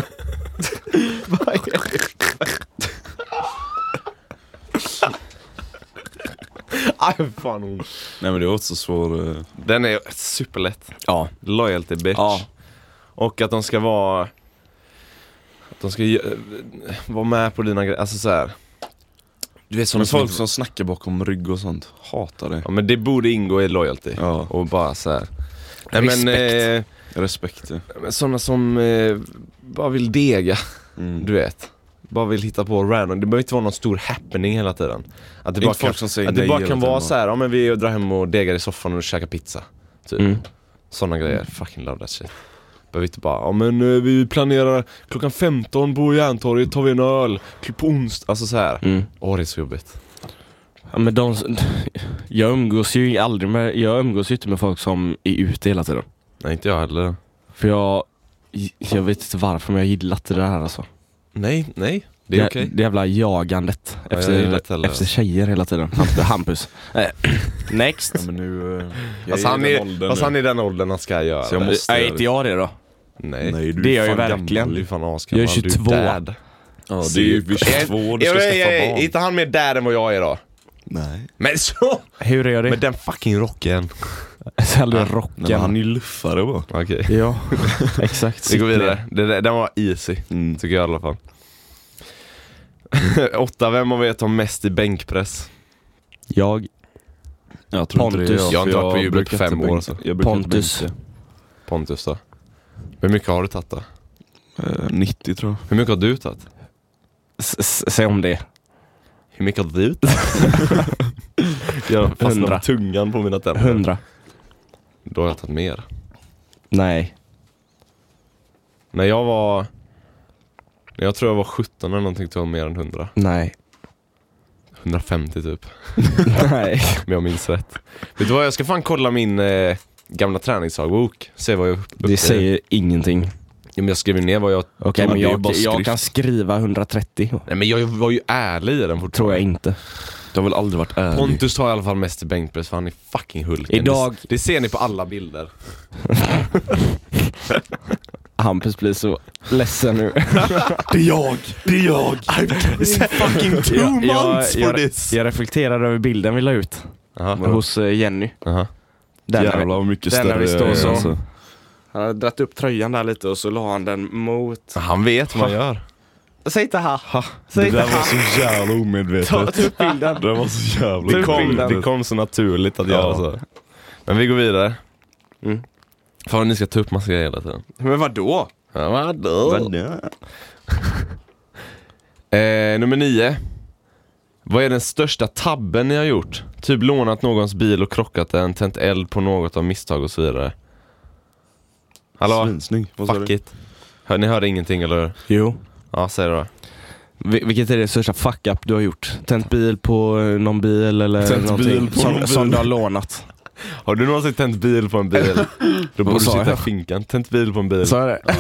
Aj, fan hon. Nej, men det var också så svår. eh, Den är superlätt. Ja. Loyalty bitch. Ja. Och att de ska vara att de ska uh, vara med på dina grejer. Alltså så här. Du vet Som som men folk inte- som snackar bakom rygg och sånt. Hatar det. Ja, men det borde ingå i loyalty. Ja. Och bara så här. Nej, men, Respekt. eh, Respekt. Ja. men sådana som eh, bara vill dega, Mm. du vet. Bara vill hitta på random. Det behöver inte vara någon stor happening hela tiden. Att det Inte bara folk kan, som säger att det nej bara hela kan tiden, vara va? så här, ja men vi drar hem och degar i soffan och käkar pizza. Typ. Mm. Sådana grejer. Fucking love that shit. Behöver inte bara, ja men eh, vi planerar klockan femton på Järntorget, tar vi en öl. På onsdag, alltså så här. Mm. Åh, det är så jobbigt. Ja, men de, jag umgås ju aldrig med, jag umgås ju inte med folk som är ute hela tiden. Nej, inte jag heller. För jag, jag vet inte varför, men jag gillar inte det här alltså. Nej, nej. Det är Det, okej. det jävla jagandet Ja, jag gillar inte efter, heller. efter tjejer hela tiden. Hamp- Hampus. Eh, Next. Ja, men nu... eh, jag Fast är han i den är, åldern fast nu. han är i den åldern han ska göra. Så jag måste- Nej, inte jag det då. Nej. Nej, du Det är gör jag fan verkligen. gammal. Du är fan asgammal. Jag är tjugotvå. Du är dad. Ja, det är ju vid tjugotvå, du ska är, är, skaffa är, barn. är inte han mer dad än vad jag är då? Nej. Men så! Hur är det? Med den fucking rocken. Säljer Nej, rocken. men han är ju luffare bara. Okej. Ja, exakt. Vi går vidare. Det, det, den var easy, Mm. tycker jag i alla fall. Åtta, vem av er tar mest i bänkpress? Jag. Jag tror inte Pontus. det. Jag har inte varit på jublet brukar fem inte år, bänka. så. Jag brukar Pontus. inte bänka. Pontus då. Hur mycket har du tagit då? Eh, nittio tror jag. Hur mycket har du tagit? S- s- Säg om det. Hur mycket har du tagit? Jag fastnar Hundra. med tungan på mina tänder. Hundra. Då har jag tagit mer. Nej. När jag var... När jag tror jag var sjutton eller någonting, tog jag mer än hundra. Nej. hundrafemtio typ. Nej. Om jag minns rätt. Vet du vad, jag ska fan kolla min eh, gamla träningsdagbok. Se vad jag uppe. Det säger ingenting. Ja, men jag skrev ju ner vad jag... Okej, Ja, men det är jag, bara jag skrift. kan skriva hundratrettio. Nej, men jag var ju ärlig i den fortfarande. Tror jag inte. Det har väl aldrig varit ärlig. Pontus tar i alla fall mest i bänkpress för han är fucking hulken. Idag- Det, det ser ni på alla bilder. Hampus blir så ledsen nu. Det är jag! Det är jag! It's fucking two jag, jag, months for jag, this! jag reflekterar över bilden vi la ut Aha, hos eh, Jenny. aha. Den när vi- Jävlar vad mycket den när större. vi står så. alltså. Han hade dratt upp tröjan där lite och så la han den mot... Han vet vad man gör. Säg inte ha. Det Säg där inte var ha. så jävla omedvetet. Ta, ta upp bilden. Det var så jävla Det kom, omedvetet. det kom så naturligt att Ja. göra så. Men vi går vidare. Mm. Fan, ni ska ta upp massa grejer hela tiden. Men vadå? Ja, vadå? Vadå? Eh, nummer nio. Vad är den största tabben ni har gjort? Typ lånat någons bil och krockat den, tänt eld på något av misstag och så vidare. Hallå? Svinsnygg. Vad sa Fuck du? it. Hör, ni hörde ingenting eller? Jo. Ja, säg det då. Vil- vilket är det största fuck up du har gjort? Tänt bil på eh, någon bil eller Tänt någonting bil på som, någon bil. som du har lånat? Har du någonsin tänt bil på en bil? Då borde du sa sitta jag? i finkan. Tänt bil på en bil. Så är det.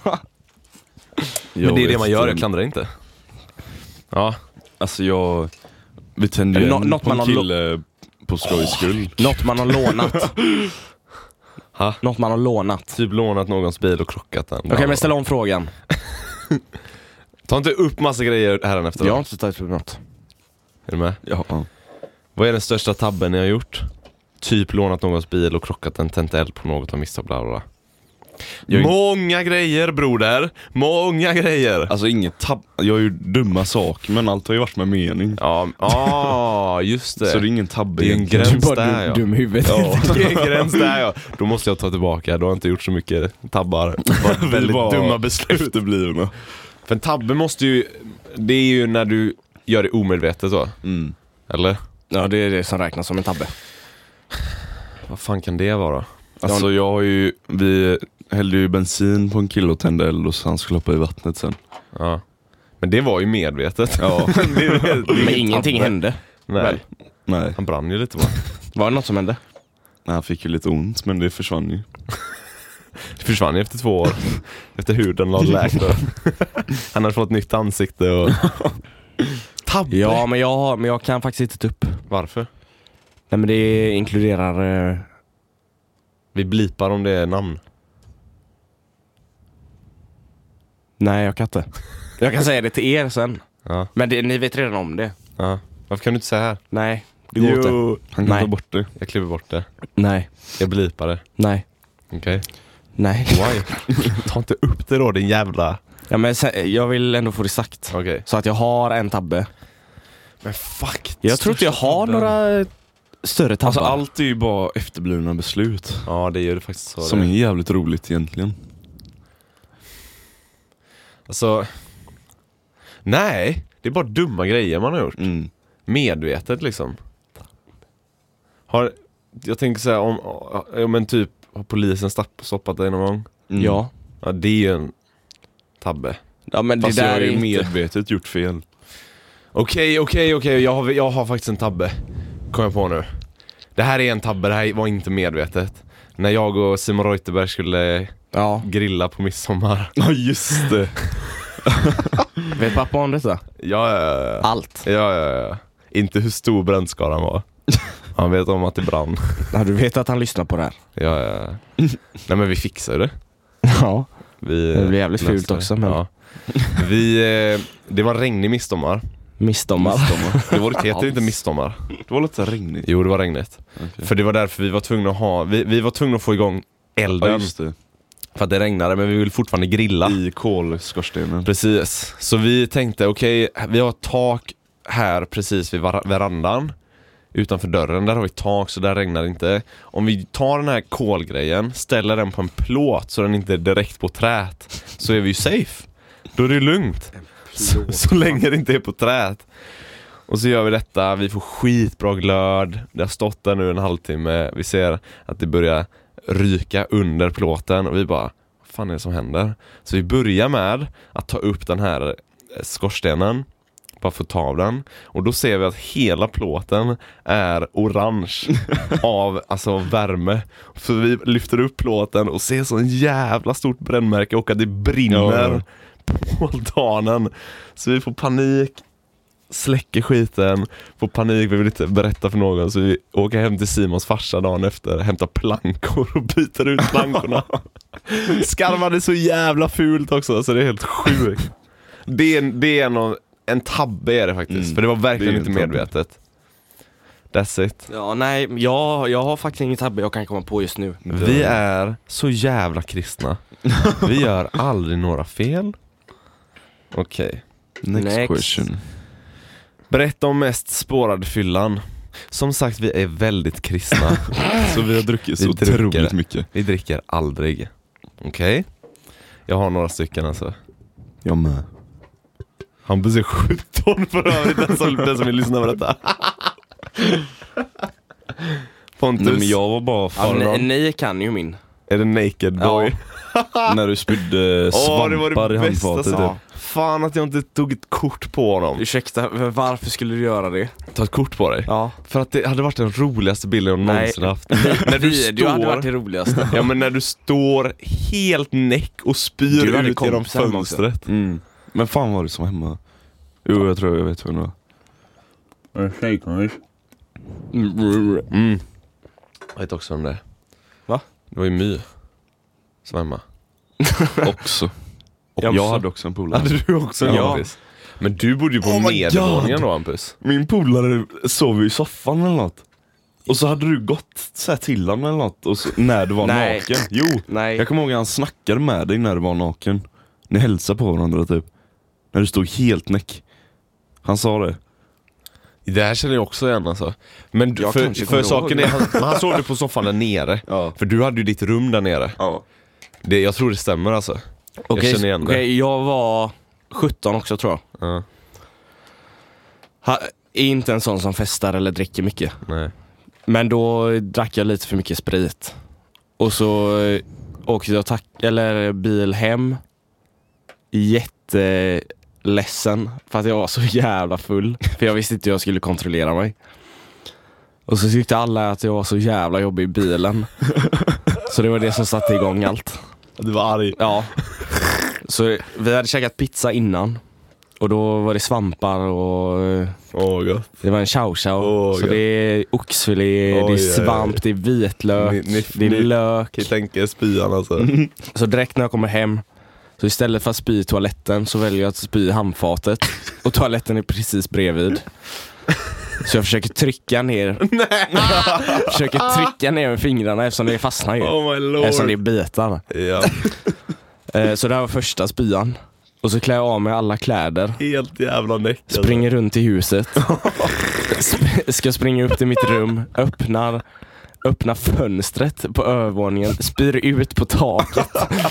Men det är det man gör, jag kan... klandrar inte. Ja, Alltså jag... Vi tände ju Nå- en något på man en har lo- kille på skojs skull. Något man har lånat. ha. Något man har lånat. Typ lånat någons bil och krockat den. Okej, men ställ om frågan. Ta inte upp massa grejer här efter. Jag har inte tagit upp något. Är du med? Ja. ja. Vad är den största tabben ni har gjort? Typ lånat någons bil och krockat den, tänt eld på något av misstag, bla bla bla. Jag är- Många grejer, broder. Många grejer. Alltså inget tab... Jag har ju dumma saker, men allt har ju varit med mening. Ja, ah, just det. Så det är ingen tabbe Det är en egentligen. gräns Du är bara där, ja. dum, dum i huvudet. Ja, det är en gräns där, ja. Då måste jag ta tillbaka. Då har jag inte gjort så mycket tabbar. Bara Vi väldigt var dumma beslut. Efterblivna. För en tabbe måste ju... Det är ju när du gör det omedvetet så. Mm. Eller? Ja, det är det som räknas som en tabbe. Vad fan kan det vara? Alltså jag har ju... Vi hällde ju bensin på en kille och tände eld och så han skulle hoppa i vattnet sen. Ja. Men det var ju medvetet. Ja. det är, det är Men ingen ingenting tabbe. hände. Nej. Väl? Nej. Han brann ju lite bara. Var det något som hände? Nej, han fick ju lite ont, men det försvann ju. Det försvann ju efter två år. Efter huden la läkt. Han har fått nytt ansikte och... Tabbe? Ja, men jag, har, men jag kan faktiskt inte ta upp. Varför? Nej, men det inkluderar... Eh, Vi blipar om det är namn. nej, jag kan inte. Jag kan säga det till er sen. Ja. Men det, ni vet redan om det. Ja. Varför kan du inte säga här? Nej, det går inte. Han kan Nej. ta bort det. Jag kliver bort det. Nej, Jag blipar det. nej, Okej. nej. Why? Ta inte upp det då, din jävla... Ja, men sen, jag vill ändå få det sagt. Okej. Så att jag har en tabbe. Men fuck. Jag tror inte jag har några större tabbar. Alltså allt är ju bara efterblivna beslut. Ja, det gör det faktiskt så. Som det. är jävligt roligt egentligen. Alltså... Nej, det är bara dumma grejer man har gjort. Mm. Medvetet liksom. Har... Jag tänker så här, om, om en typ... Har polisen stapp, stoppat dig någon gång? Mm. Ja. Ja, det är ju en tabbe. Ja, men det Fast jag där har är ju inte... medvetet gjort fel. Okej, okej, okej. Jag har, jag har faktiskt en tabbe. Kommer jag på nu. Det här är en tabbe, det här var inte medvetet. När jag och Simon Reuterberg skulle Ja. grilla på midsommar. Ja, just det. Vet pappa om detta? Ja, ja, ja. Allt. Ja, ja, ja. Inte hur stor brännskadan var. Han vet om att det brann. Ja, du vet att han lyssnar på det här. Ja, ja, ja. Nej, men vi fixar det. Ja. Vi, Det blir jävligt löste fult det. också, men- Ja. Vi, eh, det var regnig midsommar. Misstommar. Det var det heter inte midsommar. Det var lite så regnigt. Jo, det var regnigt. Okay. För det var därför vi var tvungna att ha vi, vi var tvungna att få igång elden. Ja, just det. För att det regnade, men vi vill fortfarande grilla. I kolskorstenen. Precis. Så vi tänkte, okej, vi har ett tak här precis vid var- verandan. utanför dörren, där har vi tak så där regnar det inte. Om vi tar den här kolgrejen, ställer den på en plåt så den inte är direkt på trät, så är vi ju safe. Då är det lugnt. Så, så länge det inte är på trät. Och så gör vi detta, vi får skitbra glöd. Det har stått där nu en halvtimme. Vi ser att det börjar ryka under plåten och vi bara, vad fan är det som händer? Så vi börjar med att ta upp den här skorstenen, bara få ta av den. Och då ser vi att hela plåten är orange av alltså värme. Så vi lyfter upp plåten och ser så en jävla stort brännmärke och att det brinner ja. på altanen. Så vi får panik, släcker skiten, får panik, vi vill inte berätta för någon, så vi åker hem till Simons farsa dagen efter, hämtar plankor och byter ut plankorna. Skarvade så jävla fult också, så det är helt sjukt. Det är, det är någon, en tabbe är det faktiskt, mm. för det var verkligen det inte medvetet. That's it. Ja, nej, jag, jag har faktiskt ingen tabbe jag kan komma på just nu. Vi är så jävla kristna. Vi gör aldrig några fel. Okej. Okay. Next, Next question. Berätta om mest spårade fyllan. Som sagt, vi är väldigt kristna. Så vi har druckit så vi otroligt dricker, mycket. Vi dricker aldrig. Okej. Okay. Jag har några stycken alltså. Jag med. Han blir sjutton för övrigt, den som, den som vill lyssna på detta. Pontus. Nej, men jag var bara ja, ni, ni kan ju min. Är det naked boy? Ja. När du spydde svampar oh, det var det i handfatet typ. Fan att jag inte tog ett kort på honom. Ursäkta, varför skulle du göra det? Ta ett kort på dig? Ja. För att det hade varit den roligaste bilden jag någonsin haft. När du står... hade varit det roligaste. Ja, men när du står helt näck och spyr ut genom fönstret. Mm. Men fan var det som hemma? Jo, jag tror jag vet vad det var. Var det tjejkompis? Mm. Jag vet också om det. Va? Det var ju My som hemma. Också. Och jag, jag hade också en polare. Hade du också en ja. kompis? Men du bodde ju på oh nedervåningen då, Hampus. Min polare sov i soffan eller något. Och så hade du gått så här till honom eller något och så, när du var Nej. naken. Jo, Nej. Jag kommer ihåg att han snackade med dig när du var naken. Ni hälsade på varandra typ. När du stod helt näck. Han sa det. Det här känner jag också igen alltså. Men jag för, för saken är han, han såg du på soffan där nere. Ja. För du hade ju ditt rum där nere. Ja. Det, jag tror det stämmer alltså. Okay, jag känner igen det. Okay, jag var sjutton också tror jag. Ja. Ha, är inte en sån som festar eller dricker mycket. Nej. Men då drack jag lite för mycket sprit. Och så åkte jag tack eller bil hem. Jätteledsen för att jag var så jävla full. För jag visste inte hur jag skulle kontrollera mig. Och så tyckte alla att jag var så jävla jobbig i bilen. Så det var det som satte igång allt. Du var arg. Ja. Så vi hade käkat pizza innan. Och då var det svampar och oh, gott. Det var en chow chow. Oh, så gott. det är oxfilé, oh, det är svamp, yeah. Det är vitlök, ni, ni, det är ni, lök. Kan tänka er spyan alltså. Så direkt när jag kommer hem, så istället för att spy i toaletten så väljer jag att spy i handfatet. Och toaletten är precis bredvid. Så jag försöker trycka ner. försöker trycka ner med fingrarna eftersom det fastnar ju. Oh my lord. Eftersom det är bitar. Ja. Så det här var första spyan. Och så klär jag av mig alla kläder. Helt jävla näck. Springer runt i huset. Sp- ska springa upp till mitt rum. Öppnar Öppnar fönstret på övervåningen. Spyr ut på taket.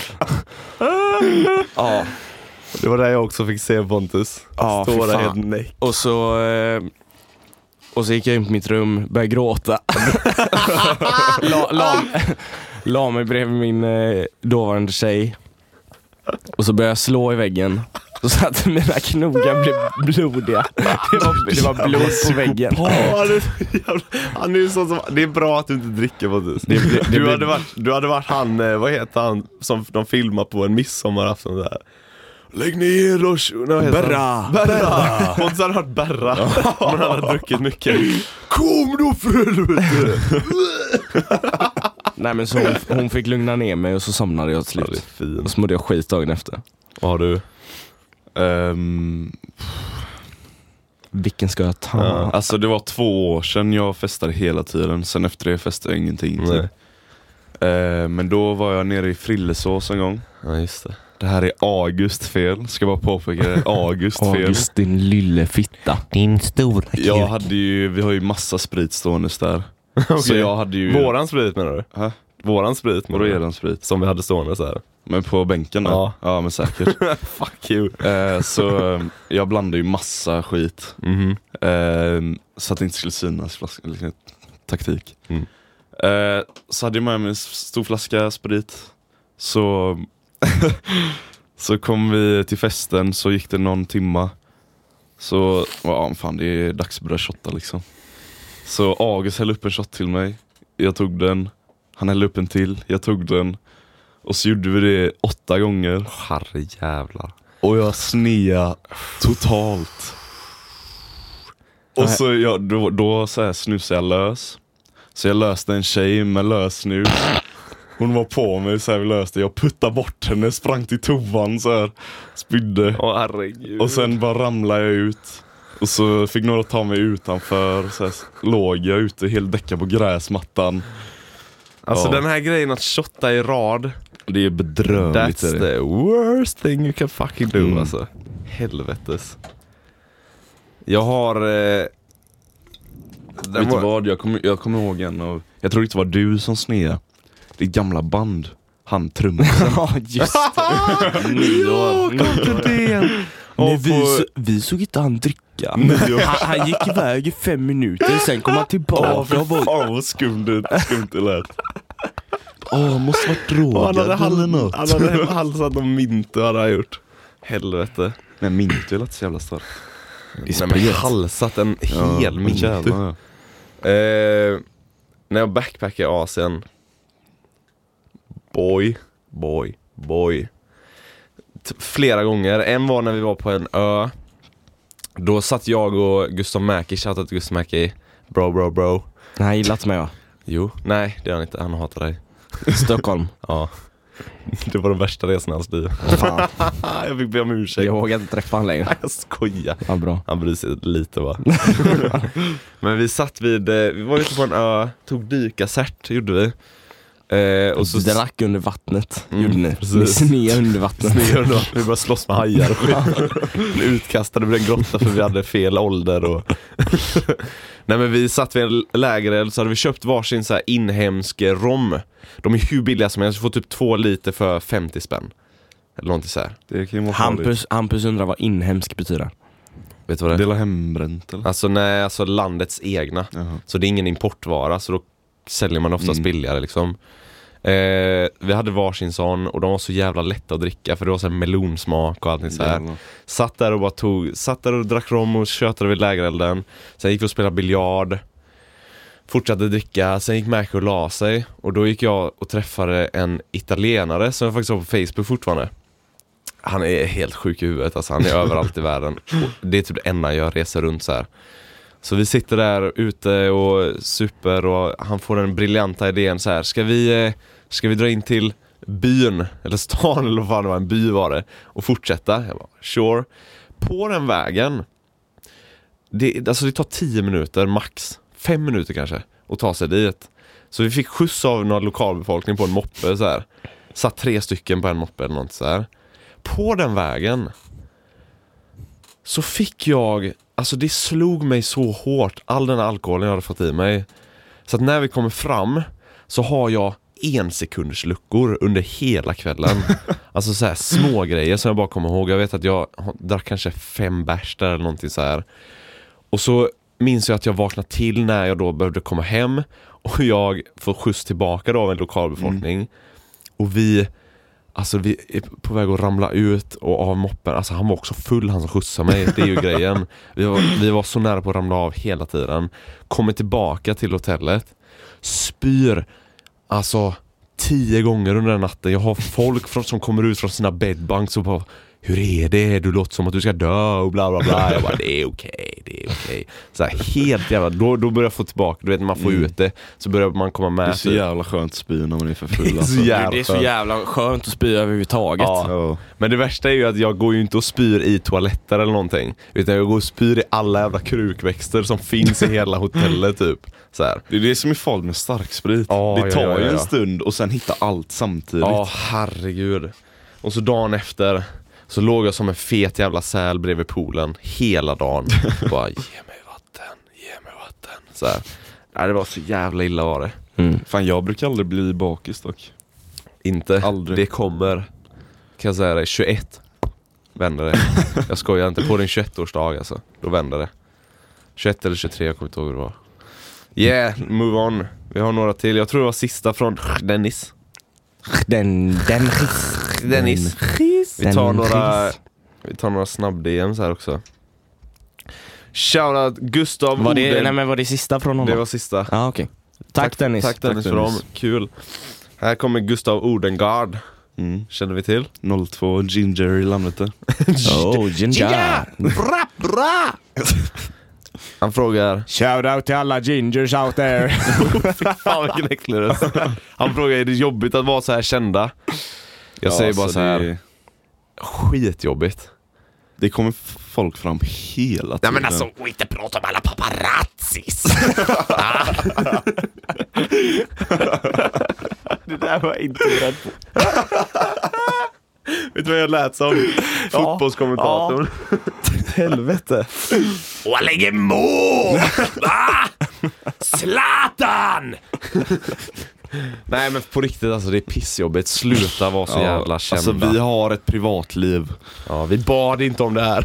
Ja. Det var där jag också fick se Pontus. Ja, Står där helt fan. näck. Och så eh, Och så gick jag in på mitt rum, började gråta. la, la, la mig bredvid min eh, dåvarande tjej. Och så började jag slå i väggen. Så att mina knogar blev blodiga. Det var, det var blod på väggen. Ja, det, är jävla, han är ju så som, det är bra att du inte dricker Pontus. Det, det, det, du, hade varit, du hade varit han, eh, vad heter han som de filmar på en midsommarafton där. Lägg ner och... Berra! Berra! Pontus hade varit Berra. Men han hade druckit mycket. Kom då för helvete! Nej men så hon, hon fick lugna ner mig och så somnade jag till slut. Ja, det är fint. Och så mådde jag skit dagen efter. Vad har du? Um, Vilken ska jag ta? Ja, alltså det var två år sedan jag festade hela tiden. Sen efter det festade jag ingenting. Nej. Uh, men då var jag nere i Frillesås en gång. Ja, just det. Det här är August fel. Ska bara påpeka det. August fel. August, din lille fitta. Din stora kuk. Jag hade ju, vi har ju massa sprit ståendes där. Okay. Så jag hade ju... Våran sprit menar du? Hä? Våran sprit menar Vadå du? eran sprit? Som vi hade stående så här. Men på bänken där? Ja. Ja, men säkert. Fuck you. eh, Så eh, jag blandade ju massa skit. Mhm. eh, Så att det inte skulle synas. Flaska, liksom, taktik. Mm. eh, Så hade jag med mig en stor flaska sprit. Så Så kom vi till festen. Så gick det någon timma. Så ja, fan, det är dags att börja shotta liksom. Så August hällde upp en shot till mig. Jag tog den. Han hällde upp en till. Jag tog den. Och så gjorde vi det åtta gånger. Herre jävlar. Och jag snea totalt. Och så jag, då, då så här snusade jag lös. Så jag löste en tjej med lös snus. Hon var på mig så här, vi löste. Jag puttade bort henne, sprang till toan så här, spydde. Åh herregud. Och sen bara ramlade jag ut. Och så fick några ta mig utanför. Så här, låg jag ute helt däckad på gräsmattan. Alltså Ja. den här grejen att shotta i rad. Det är bedrövligt. That's är det. the worst thing you can fucking do Mm. alltså. Helvetes. Jag har... Eh, den Vet du var- vad? Jag kommer jag kommer ihåg en av... Jag tror det var du som snea. Det är gamla band. Han trummisen. Ja, just det. Nyår. Nej, Och vi, på- så, vi såg inte han dricka. Han, han gick iväg i fem minuter, sen kom han tillbaka och var... Åh, vad skumt det, skumt det lät. Åh, måste varit Och han hade, drogad eller hal- något. han hade halsat om mintu hade han gjort. Helvete. Men mintu lät så jävla starkt. Nej, men halsat en hel men mintu. jävlar, ja. Eh, när jag backpackade i Asien. Boy, boy, boy. T- flera gånger. En var när vi var på en ö. Då satt jag och Gustav Mäki, shoutout till Gustav Mäki. Bro, bro, bro. Nej, han gillar inte mig, va? Jo, nej det gör han inte, han hatar dig. Stockholm. Ja. Det var den värsta resan i hans liv. Fan, Jag fick be om ursäkt. jag vågar inte träffa han längre. Nej, jag skojar. Ja, bra. Han bryr sig lite va. Men vi satt vid, eh, vi var ute på en ö, tog dykassert, gjorde vi. Eh, och så Drack under vattnet, Mm, gjorde ni. precis. Ni sned under vattnet. Sned under vattnet. Vi började slåss med hajar och skit. Vi utkastade vid en grotta för vi hade fel ålder och... Nej men vi satt vid en lägereld så hade vi köpt varsin så här inhemsk rom. De är hur billiga som helst, vi får typ två liter för femtio spänn. Eller någonting så här. Det kan ju vara farligt. Hampus, Hampus undrar vad inhemsk betyder. Vet du vad det är? Dela hembränt eller? Alltså nej, alltså landets egna. Jaha. Så det är ingen importvara, så då säljer man oftast Mm. billigare liksom. Eh, vi hade varsin sån och de var så jävla lätta att dricka för det var så här melonsmak och allting så här. Jävlar. Satt där och bara tog, satt där och drack rom och tjötade vid lägerelden. Sen gick vi och spelade biljard. Fortsatte dricka, sen gick Mäki och la sig. Och då gick jag och träffade en italienare som jag faktiskt har på Facebook fortfarande. Han är helt sjuk i huvudet, alltså han är överallt i världen. Och det är typ det enda jag reser runt så här. Så vi sitter där ute och super och han får den briljanta idén så här. Ska vi, eh, ska vi dra in till byn, eller stan eller vad fan det var, en by var det, och fortsätta? Jag bara, sure. På den vägen, det, alltså det tar tio minuter max, fem minuter kanske, att ta sig dit. Så vi fick skjuts av några lokalbefolkning på en moppe så här. Satt tre stycken på en moppe eller något så här. På den vägen så fick jag, alltså det slog mig så hårt, all den alkoholen jag hade fått i mig. Så att när vi kommer fram så har jag en sekunders luckor under hela kvällen. Alltså så här små grejer som jag bara kommer ihåg. Jag vet att jag drack kanske fem bärs där eller någonting så här. Och så minns jag att jag vaknade till när jag då behövde komma hem. Och jag får skjuts tillbaka då av en lokalbefolkning. Mm. Och vi... Alltså vi är på väg att ramla ut och av moppen. Alltså han var också full, han som skjutsade mig. Det är ju grejen. Vi var, vi var så nära på att ramla av hela tiden. Kommer tillbaka till hotellet. Spyr alltså tio gånger under den natten. Jag har folk från, som kommer ut från sina bedbanks och bara, hur är det? Du låter som att du ska dö och bla bla bla. Jag bara, det är okej, okay, det är okej. Okay. Så här, helt jävla, då, då börjar jag få tillbaka, du vet när man får mm. ut det, så börjar man komma med. Det är så jävla skönt att spy när man är för full. Det är så alltså. jävla, det är så jävla skönt att spy överhuvudtaget. Ja. Ja. Men det värsta är ju att jag går ju inte och spyr i toaletter eller någonting, utan jag går och spyr i alla jävla krukväxter som finns i hela hotellet typ. Så här. Det är det som är farligt med starksprit. Ja, det tar ja, ja, ju ja. en stund och sen hitta allt samtidigt. Ja, herregud. Och så dagen efter så låg jag som en fet jävla säl bredvid poolen hela dagen. Bara, ge mig vatten, ge mig vatten. Så här. Nej, det var så jävla illa var det. Mm. Fan, jag brukar aldrig bli bakis dock. Inte. Aldrig. Det kommer, kan jag säga det, tjugoett vänder det. Jag skojar inte, på din tjugoett-årsdag alltså. Då vänder det. tjugoett eller tjugotre, jag kommer inte ihåg hur det var. Yeah, move on. Vi har några till. Jag tror det var sista från Dennis. Den, den, Dennis. Vi tar några, vi tar några snabb-D Ms här också. Shoutout Gustav var det, Oden. nej, men var det sista från honom? Det var sista. Ja, okej. Tack, tack Dennis. Tack Dennis Tack, för dem. Dennis. Kul. Här kommer Gustav Odengard. Mm. Känner vi till? noll två Ginger i Landvetter. Oh, ginger. Bra, bra. Han frågar... Shout out till alla gingers out there. Fan vilken äcklig röst. Han frågar, är det jobbigt att vara så här kända? Jag Ja, säger bara så så här, det- skitjobbigt. Det kommer f- folk fram hela tiden. Nej men alltså, och inte prata om alla paparazzis. Det där var inte rätt på. Vet du vad jag lät som? Fotbollskommentatorn. Helvete. Och han lägger mål! Va? Zlatan! Nej men på riktigt alltså, det är pissjobbigt. Sluta vara så Ja, jävla kända. alltså vi har ett privatliv. Ja, vi bad inte om det här.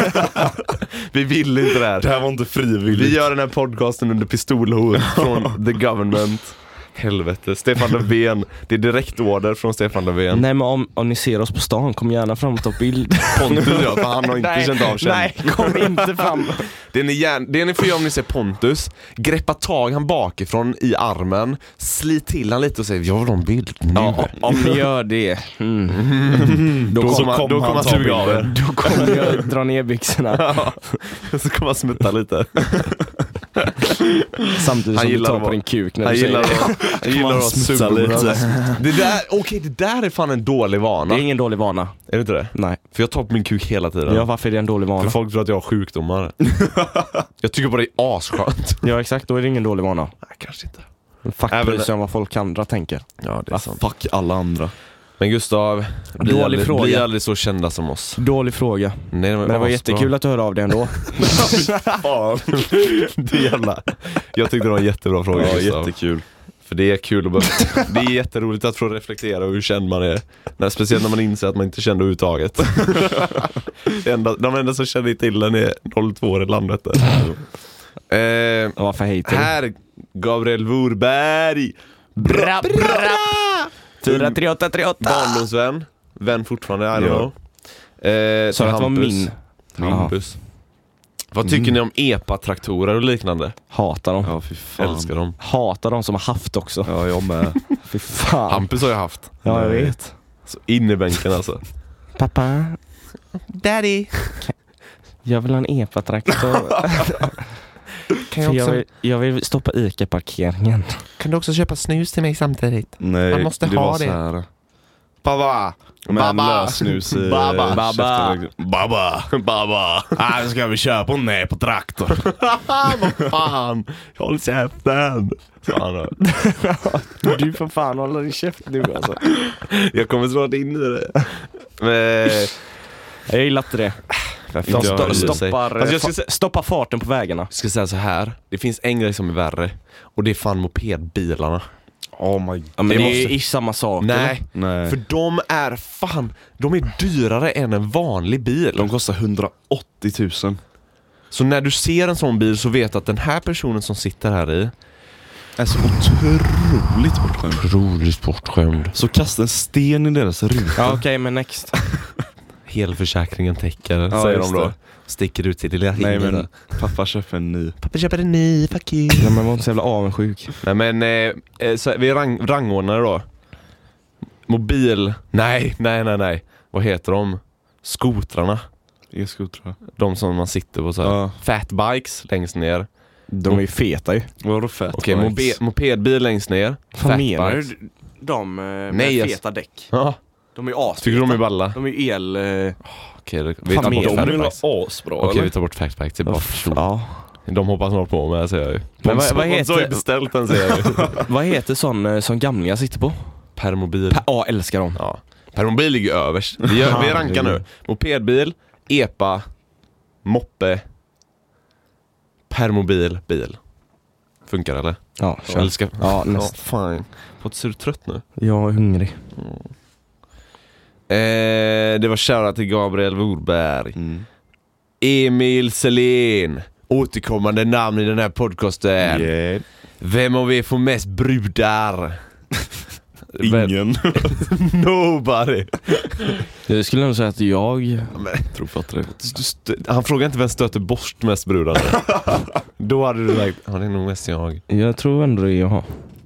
Vi vill inte det här. Det här var inte frivilligt. Vi gör den här podcasten under pistolhot från the government. Helvete, Stefan Löfven. Det är direktorder från Stefan Löfven. Nej men om, om ni ser oss på stan, kom gärna fram och ta bild. Pontus ja, för han har inte nej, känt av känd. nej, kom inte fram. Det ni, gärna, det ni får göra om ni ser Pontus, greppa tag han bakifrån i armen, slit till han lite och säga, jag vill ha en bild nu. Ja, om ni gör det, mm. då, Då kom, kommer han, då kommer han ta suga av bilder. er. då kommer jag dra ner byxorna. Ja. Så kommer han smutta lite. Samtidigt Han som du gillar tar att på vara- din kuk när Han du säger gillar det. att, han gillar att smutsa suga lite. det där, okej, det där är fan en dålig vana. Det är ingen dålig vana. Är det inte det? Nej. För jag tar på min kuk hela tiden. Ja, varför är det en dålig För vana? folk tror att jag har sjukdomar. Jag tycker bara det är asskönt. Ja, exakt, då är det ingen dålig vana. Nej, kanske inte. Fuck Även- bryr sig om vad folk andra tänker. Ja, det är sant. Fuck alla andra. Men Gustav, bli Dålig aldrig, fråga. bli aldrig så kända som oss. Dålig fråga. Nej, Men det var jättekul att du hörde av dig ändå. Fan. Det är jävla. Jag tyckte det var en jättebra fråga, Ja, Gustav. jättekul. För det är kul att börja. Det är jätteroligt att få reflektera över hur känd man är. När, speciellt när man inser att man inte kände överhuvudtaget. Det enda, de enda som känner till den är noll två i landet. Eh, Och varför hater du? här, Gabriel Wurberg. Bra, bra. fyra tre åtta tre åtta. Barndomsvän. Vän fortfarande, I don't Ja. know. Eh, Så att det var min. Hampus. Vad tycker ni om epa-traktorer och liknande? Hatar dem. Ja, fy fan. Älskar dem. Hatar dem som har haft också. Ja, jag med. Fy fan. Hampus har jag haft. Ja, jag vet. Så in i bänken alltså. Pappa, Daddy. jag vill ha en epa-traktor. Kan För jag, vill, jag vill stoppa Ica-parkeringen. kan du också köpa snus till mig samtidigt? Nej, Man måste det ha var det. så här. Baba. Men lösnus i Baba. Baba. käften. Baba. Baba. Ah, ska vi köpa en nej på traktor? Vad fan. Håll käften. Så han då. Du får fan hålla din käft nu alltså. Jag kommer snart in i det. Men, Jag gillar inte det. De inte jag sto- heller. stoppar, Alltså, jag ska fa- sä- stoppar farten på vägarna. jag ska säga så här. Det finns en grej som är värre. Och det är fan mopedbilarna. Oh my. Ja, men Det det, måste- är ish samma sak. eller? Nej. Nej. För de är fan, de är dyrare än en vanlig bil. De kostar hundraåttio tusen. Så när du ser en sån bil så vet du att den här personen som sitter här i Är så otroligt bortskämd. otroligt bortskämd. Så kasta en sten i deras ruta. Ja, okej, men next. Helförsäkringen täcker, Ja, säger just de då. det. Sticker ut till det lilla Nej hindret. men pappa köper en ny. Pappa köper en ny, fuck you. Ja, men var inte så jävla avundsjuk. Nej men, eh, eh, så vi rang, rangordnar då. Mobil, nej, nej, nej, nej. Vad heter de? Skotrarna. E-skotrar. De som man sitter på så här. Ja. Fatbikes längst ner. De är ju feta ju. Vadå fett? Okej, mobe- mopedbil längst ner. Vad menar Fatbikes. du? De eh, med Nej, jag- feta däck. Ja, De är ju asfeta. tycker du de är balla? De är ju el... Eh, Okej, det- vi Fan, tar men bort de är ju Fatbikes. asbra Okej, vi tar bort Fatbikes. Det är bara för ja. De hoppas snart på mig, säger jag ju. Men vad- vad De har ju heter- beställt den, säger jag ju. Vad heter sån eh, som gamlingar sitter på? Permobil. Ja, älskar dem. Ja. Permobil ligger överst. Vi, gör, vi rankar nu. Mopedbil, epa, moppe, permobil, bil. Funkar eller? Ja, kör. Eller ska... Ja, näst. Ja, fine. Vad ser du trött nu? Jag är hungrig. Eh, det var shoutout till Gabriel Wurberg. Mm. Emil Selin. Återkommande namn i den här podcasten. Yeah. Vem av er får mest brudar? Ingen. Nobody. Jag skulle nog säga att jag... Men, Tror fattar det. du st- han frågar inte vem stöter borst mest brudar. Då hade du sagt, ja det är nog mest jag. Jag tror ändå det är jag.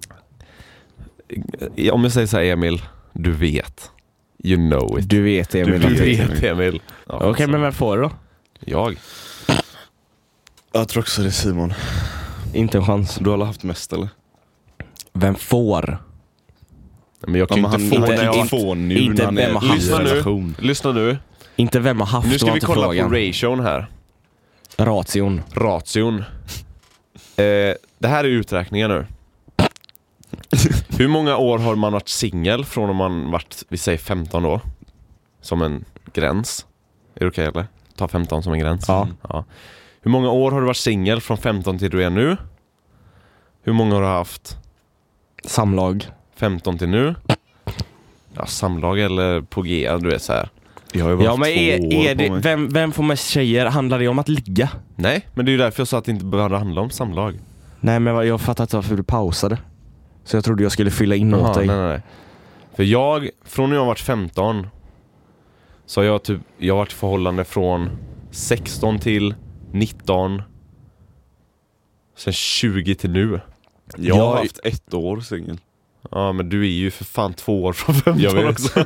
Om jag säger så här, Emil, du vet. You know it. Du vet Emil. Du Du vet, Emil. Ja, Okej, okay, men vem får det då? jag. Jag tror också det är Simon. Inte en chans. Du har alla haft mest eller? Vem får? Men jag kan Ja, ju men inte han få inte, när jag... inte få nu inte när han vem är har haft. i Lyssna nu. relation. Lyssna nu. Inte vem har haft. Nu ska var vi inte kolla frågan. på ration här. Ration. Ration. Eh, det här är uträkningar nu. Hur många år har man varit singel från om man varit, vi säger femton då? Som en gräns. Är det okej eller? Ta femton som en gräns. Ja. Ja. Hur många år har du varit singel från femton till du är nu? Hur många har du haft Samlag. femton till nu? Ja, samlag eller på G, du vet så här. Jag har ju varit Ja, men två är, år är på det, mig. vem, vem får mest tjejer? Handlar det om att ligga? Nej, men det är ju därför jag sa att det inte behöver handla om samlag. Nej, men vad- jag fattar inte varför du pausade. Så jag trodde jag skulle fylla in åt Aha, dig. nej, nej, nej. För jag, från när jag varit femton så har jag typ, jag har varit i förhållande från sexton till nitton, sen tjugo till nu. Jag har Jag- haft ett år singel. Ja, men du är ju för fan två år från femton Jag vet. också.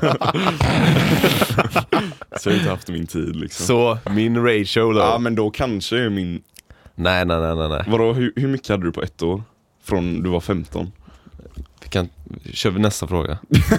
Så jag har inte haft min tid liksom. Så min ratio då. Ja, men då kanske är min... Nej, nej, nej, nej, nej. Vadå, hur, hur mycket hade du på ett år? Från du var femton? Vi kan, kör vi nästa fråga.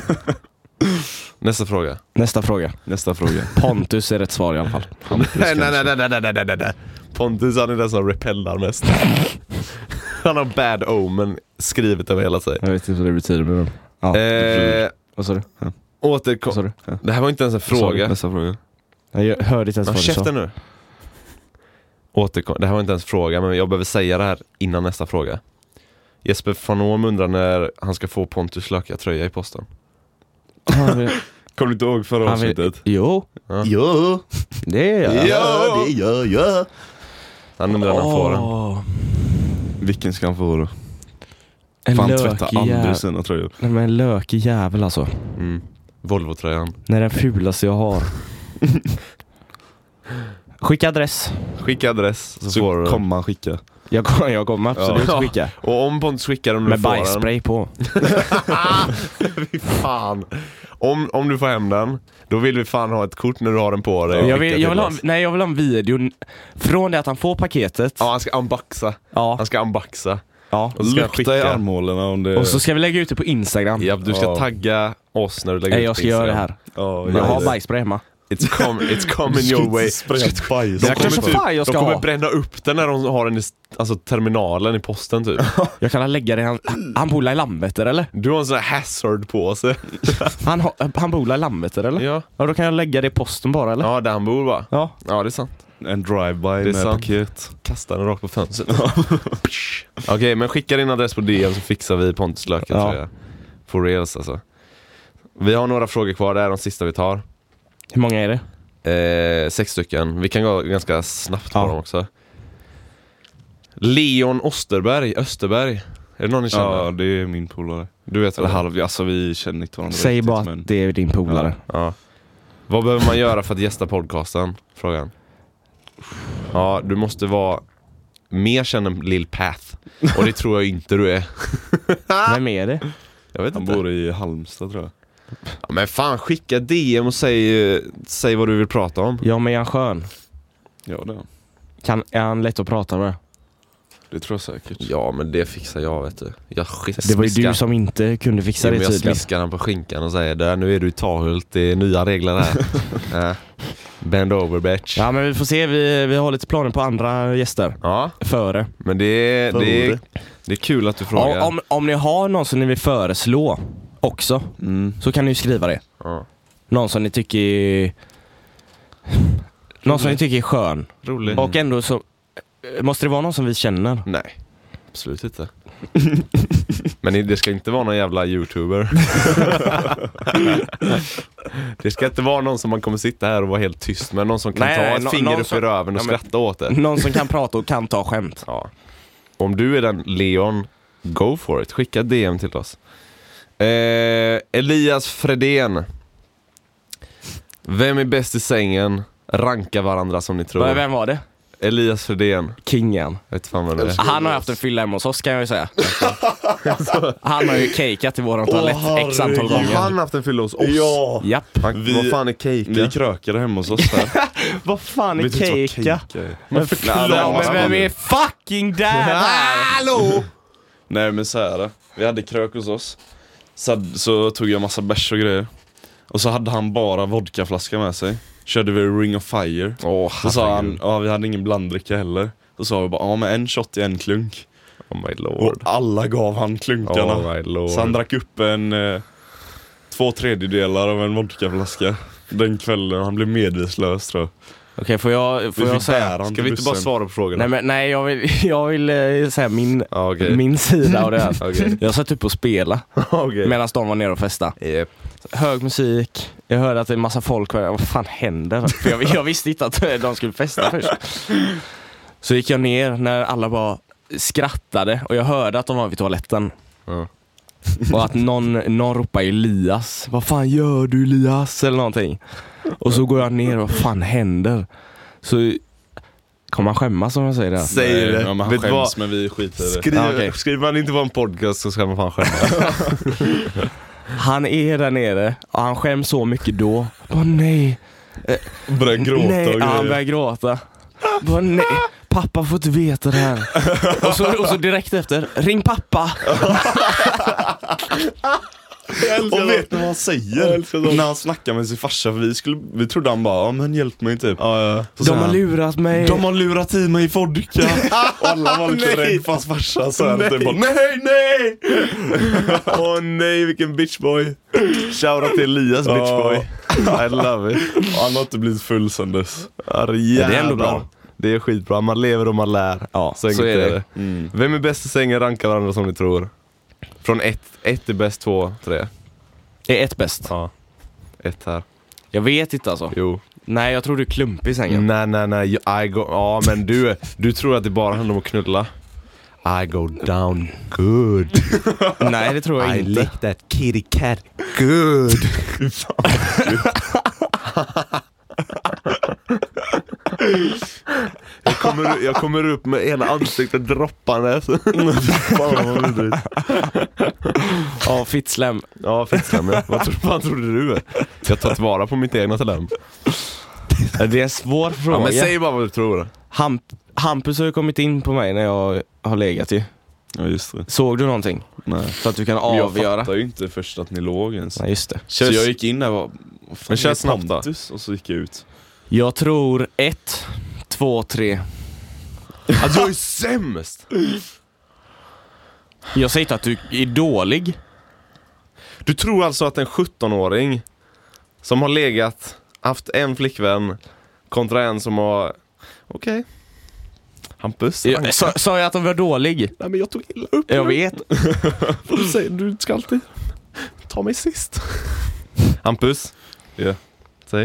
Nästa fråga. Nästa fråga. Nästa fråga. Pontus är rätt svar i alla fall. Nej, nej, nej, nej, nej, nej, nej, nej, nej. Pontus, han är den som repellar mest. Han har bad omen skrivet över hela sig. Jag vet inte vad det betyder, men... Ja. Eh, Vad sa du? återkom... Vad sa du? Det här var inte ens en fråga. Nästa fråga. Nej, jag hörde inte ens Ja, vad du sa. käften nu. Återkom... Det här var inte ens en fråga, men jag behöver säga det här innan nästa fråga. Jesper van Oom undrar när han ska få Pontus lökiga tröja i posten. Han vill- Kommer du inte ihåg förra han vill- avsnittet? Jo, Ja. Ja, det är jag. ja, det gör jag. Han undrar när han får den. Åh, Vilken ska han få då? en Fan, lökig tvätta aldrig jävel. sina tröjor. Nej, men en lökig jävel alltså. Mm. Volvo-tröjan. När den fulaste jag har. Skicka adress. Skicka adress så, Så får du den. kommer han skicka. Jag, kom- jag kommer absolut Ja. skicka. Och om Pontus skickar den och du Med får den. bajsspray på. Fy fan. Om, om du får hem den, då vill vi fan ha ett kort när du har den på dig. Jag Skicka vill, till jag vill ha, oss. nej, jag vill ha en video från det att han får paketet. Ja, han ska unboxa. Ja, Han ska unboxa. ja. Och så ska jag Lukta i skicka. armhålorna om det... Och så ska vi lägga ut det på Instagram. Ja, du ska Ja. tagga oss när du lägger Nej, ut jag på ska göra det Instagram. här. Ja, Jag ja, har ja. bajsspray hemma. It's, com, it's coming your way. Spraya bajs. De Jag kommer, kanske typ, fan jag de ska kommer ha. bränna upp den när de har den i alltså, terminalen i posten typ. Jag kan lägga det, han, han bor i Landvetter eller? Du har en sån här hazard på sig. Han, har- han bor i Landvetter eller? Ja, Ja, då kan jag lägga det i posten bara eller? ja där han bor va? Ja. Ja, det är sant. En drive-by Det är med sant. paket. Kasta den rakt på fönstret. Okej, okay, men skicka din adress på D M så fixar vi Pontus löken Ja. tror jag. For reals alltså. Vi har några frågor kvar, det är de sista vi tar. Hur många är det? Eh, sex stycken. Vi kan gå ganska snabbt på Ja. dem också. Leon Osterberg, Österberg. Är det någon ni känner? Ja, det är min polare. Du vet Eller vad halv, alltså vi känner inte varandra Säg riktigt, bara men... att det är din polare. Ja. Vad behöver man göra för att gästa podcasten? Frågan. Ja, du måste vara mer känd än Lil Path. Och det tror jag inte du är. Vem är det? Jag vet Han inte. bor i Halmstad tror jag. Ja, men fan, skicka D M och säg, eh, säg vad du vill prata om. Ja, men är han skön? Ja, det är han. Kan, är han lätt att prata med? Det tror jag säkert. Ja, men det fixar jag, vet du. Jag sk- Det var ju smiskar. du som inte kunde fixa Ja, det men jag tydligen. smiskar han på skinkan och säger där, nu är du i Tahult, det är nya regler här. Ja. Bend over, bitch. Ja, men vi får se. Vi, vi har lite planer på andra gäster. Ja, Före. men det är, det är, det är kul att du frågar. Ja, om, om ni har någon som ni vill föreslå också, Mm. så kan ni ju skriva det. Ja. Någon som ni tycker är... Någon som ni tycker är skön. Rolig. Och ändå så... Måste det vara någon som vi känner? Nej, absolut inte. Men det ska inte vara någon jävla YouTuber. Det ska inte vara någon som man kommer sitta här och vara helt tyst med. Någon som kan Nej, ta nej, ett no- finger någon upp som- i röven och Ja, men- skratta åt det. Någon som kan prata och kan ta skämt. Ja. Om du är den Leon, go for it. Skicka D M till oss. eh, Elias Fredén. Vem är bäst i sängen? Ranka varandra som ni tror. Vem var det? Elias Fredén. Kingen. Jag vet fan vad det är. Han har haft en fylla hemma hos oss, kan jag ju säga. Han har ju cakeat i våran toalett x antal Har gånger. han haft en fylla hos oss? Ja! Japp. Han, Vi- vad fan är Vi cake? krökade hemma hos oss här. Vad fan är Vet du inte vad cakea? cake är? Men förklara, Nej, men vem är fucking där? Hallå! Nej men så här, vi hade krök hos oss. Så, så tog jag massa bärs och grejer. Och så hade han bara vodkaflaska med sig. Körde vi Ring of Fire. Åh, Så sa han, ja vi hade ingen blanddricka heller. Så sa vi bara, ja men en shot i en klunk. Oh my Och lord. alla gav han klunkarna. Oh my lord. Så han drack upp en eh, två tredjedelar av en vodkaflaska den kvällen. Han blev medvetslös tror jag. Okej, får jag, får Vi jag fick säga? bära han Ska till vi inte bara bussen. svara på frågorna? Nej, men, nej jag vill, jag vill eh, säga min, Ja, okej. min sida av det här. Okej. Jag satt upp och spela Okej. medan de var nere och festa. Yep. Hög musik. Jag hörde att det är en massa folk. Vad fan händer? För jag, jag visste inte att de skulle festa först. Så gick jag ner när alla bara skrattade. Och jag hörde att de var vid toaletten. Ja. Och att någon, någon ropade Elias. Vad fan gör du Elias? Eller någonting. Och så går jag ner och vad fan händer? Så kommer man skämmas om jag säger det. Säg Nej, det. ja, men han Vet du skäms vad? men vi skiter i det. Skriv, Ja, okej. Skriver man inte på en podcast så ska man fan skämmas. Han är där nere och han skäms så mycket då. Bara nej. Börjar gråta Nej, och ja, han grejer. börjar gråta. Bara, nej, pappa får inte veta det här. och, så, och så direkt efter, ring pappa. Och vet ni vad han säger? När han snackar med sin farsa, för vi, skulle, vi trodde han bara, ja men hjälp mig typ. Ja, ja. Så De säger har han, lurat mig. De har lurat i mig vodka. Och alla var lite Nej. rädda för hans farsa. Så här, Nej. typ bara, nej, nej! Åh oh, nej, vilken bitchboy. Shoutout till Elias Ja. bitchboy. I love it. Och han har inte blivit full sen dess. Ja, det Ja, det är ändå bra. Det är skitbra, man lever och man lär. Ja, Så, enkelt så är det. det. Mm. Vem är bäst i sängen? Ranka varandra som ni tror. Från ett, ett är bäst, två, tre. Det är ett bäst. Ja, ett här. Jag vet inte alltså. Jo. Nej, jag tror du är klumpig i sängen. Nej, nej, nej. I go, ja, men du, du tror att det bara handlar om att knulla. I go down good. Nej, det tror jag I inte. lick that kitty cat good. jag, kommer, jag kommer upp med hela ansiktet droppande. Fan vad vidrigt. Ja, fittslem. Ja, fittslam. Ja. Vad, tro, vad trodde du? Jag tar tillvara på mitt egna talent. Det är en svår fråga. Ja, men säg bara vad du tror. Hamp, Hampus har ju kommit in på mig när jag har legat ju. Ja just det. Såg du någonting? Nej. Så att du kan Men jag avgöra. fattade ju inte först att ni låg ens. Nej, just det. Så jag gick in där och bara, vad fan Men kör är snabbt då. Pontus? Och så gick jag ut. Jag tror ett, två, tre. Alltså jag är sämst. Jag säger inte att du är dålig. Du tror alltså att en sjuttonåring som har legat, haft en flickvän kontra en som har... Okej. Okay. Hampus. Jag, sa, sa jag att de var dålig? Nej, men jag tog illa upp. Jag vet. Du, säger, du ska alltid ta mig sist. Hampus. Ja. Säg.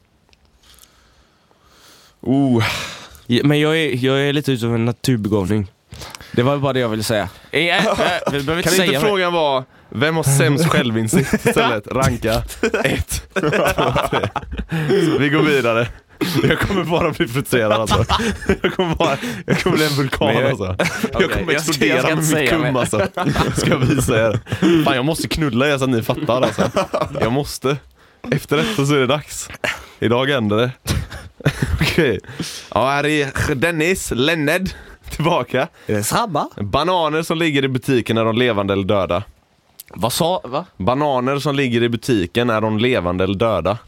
Oh. Ja, men jag är, jag är lite utav en naturbegåvning. Det var bara det jag ville säga. Äh, äh, äh, vi behöver inte Kan säga inte mer. frågan vara vem har sämst självinsikt istället? Ranka. Ett. två, tre. Vi går vidare. Jag kommer bara bli frustrerad alltså. Jag kommer, bara, jag kommer bli en vulkan Men jag- alltså. Jag Okej, kommer jag ska- explodera jag ska med inte mitt säga kum mer. alltså. Ska jag visa er. Fan, jag måste knulla er så att ni fattar alltså. Jag måste. Efter detta så är det dags. Idag händer det. Okej. Ja, här är Dennis Lenned tillbaka. Är det samma? Bananer som ligger i butiken, är de levande eller döda? Vad sa... Va? Bananer som ligger i butiken, är de levande eller döda?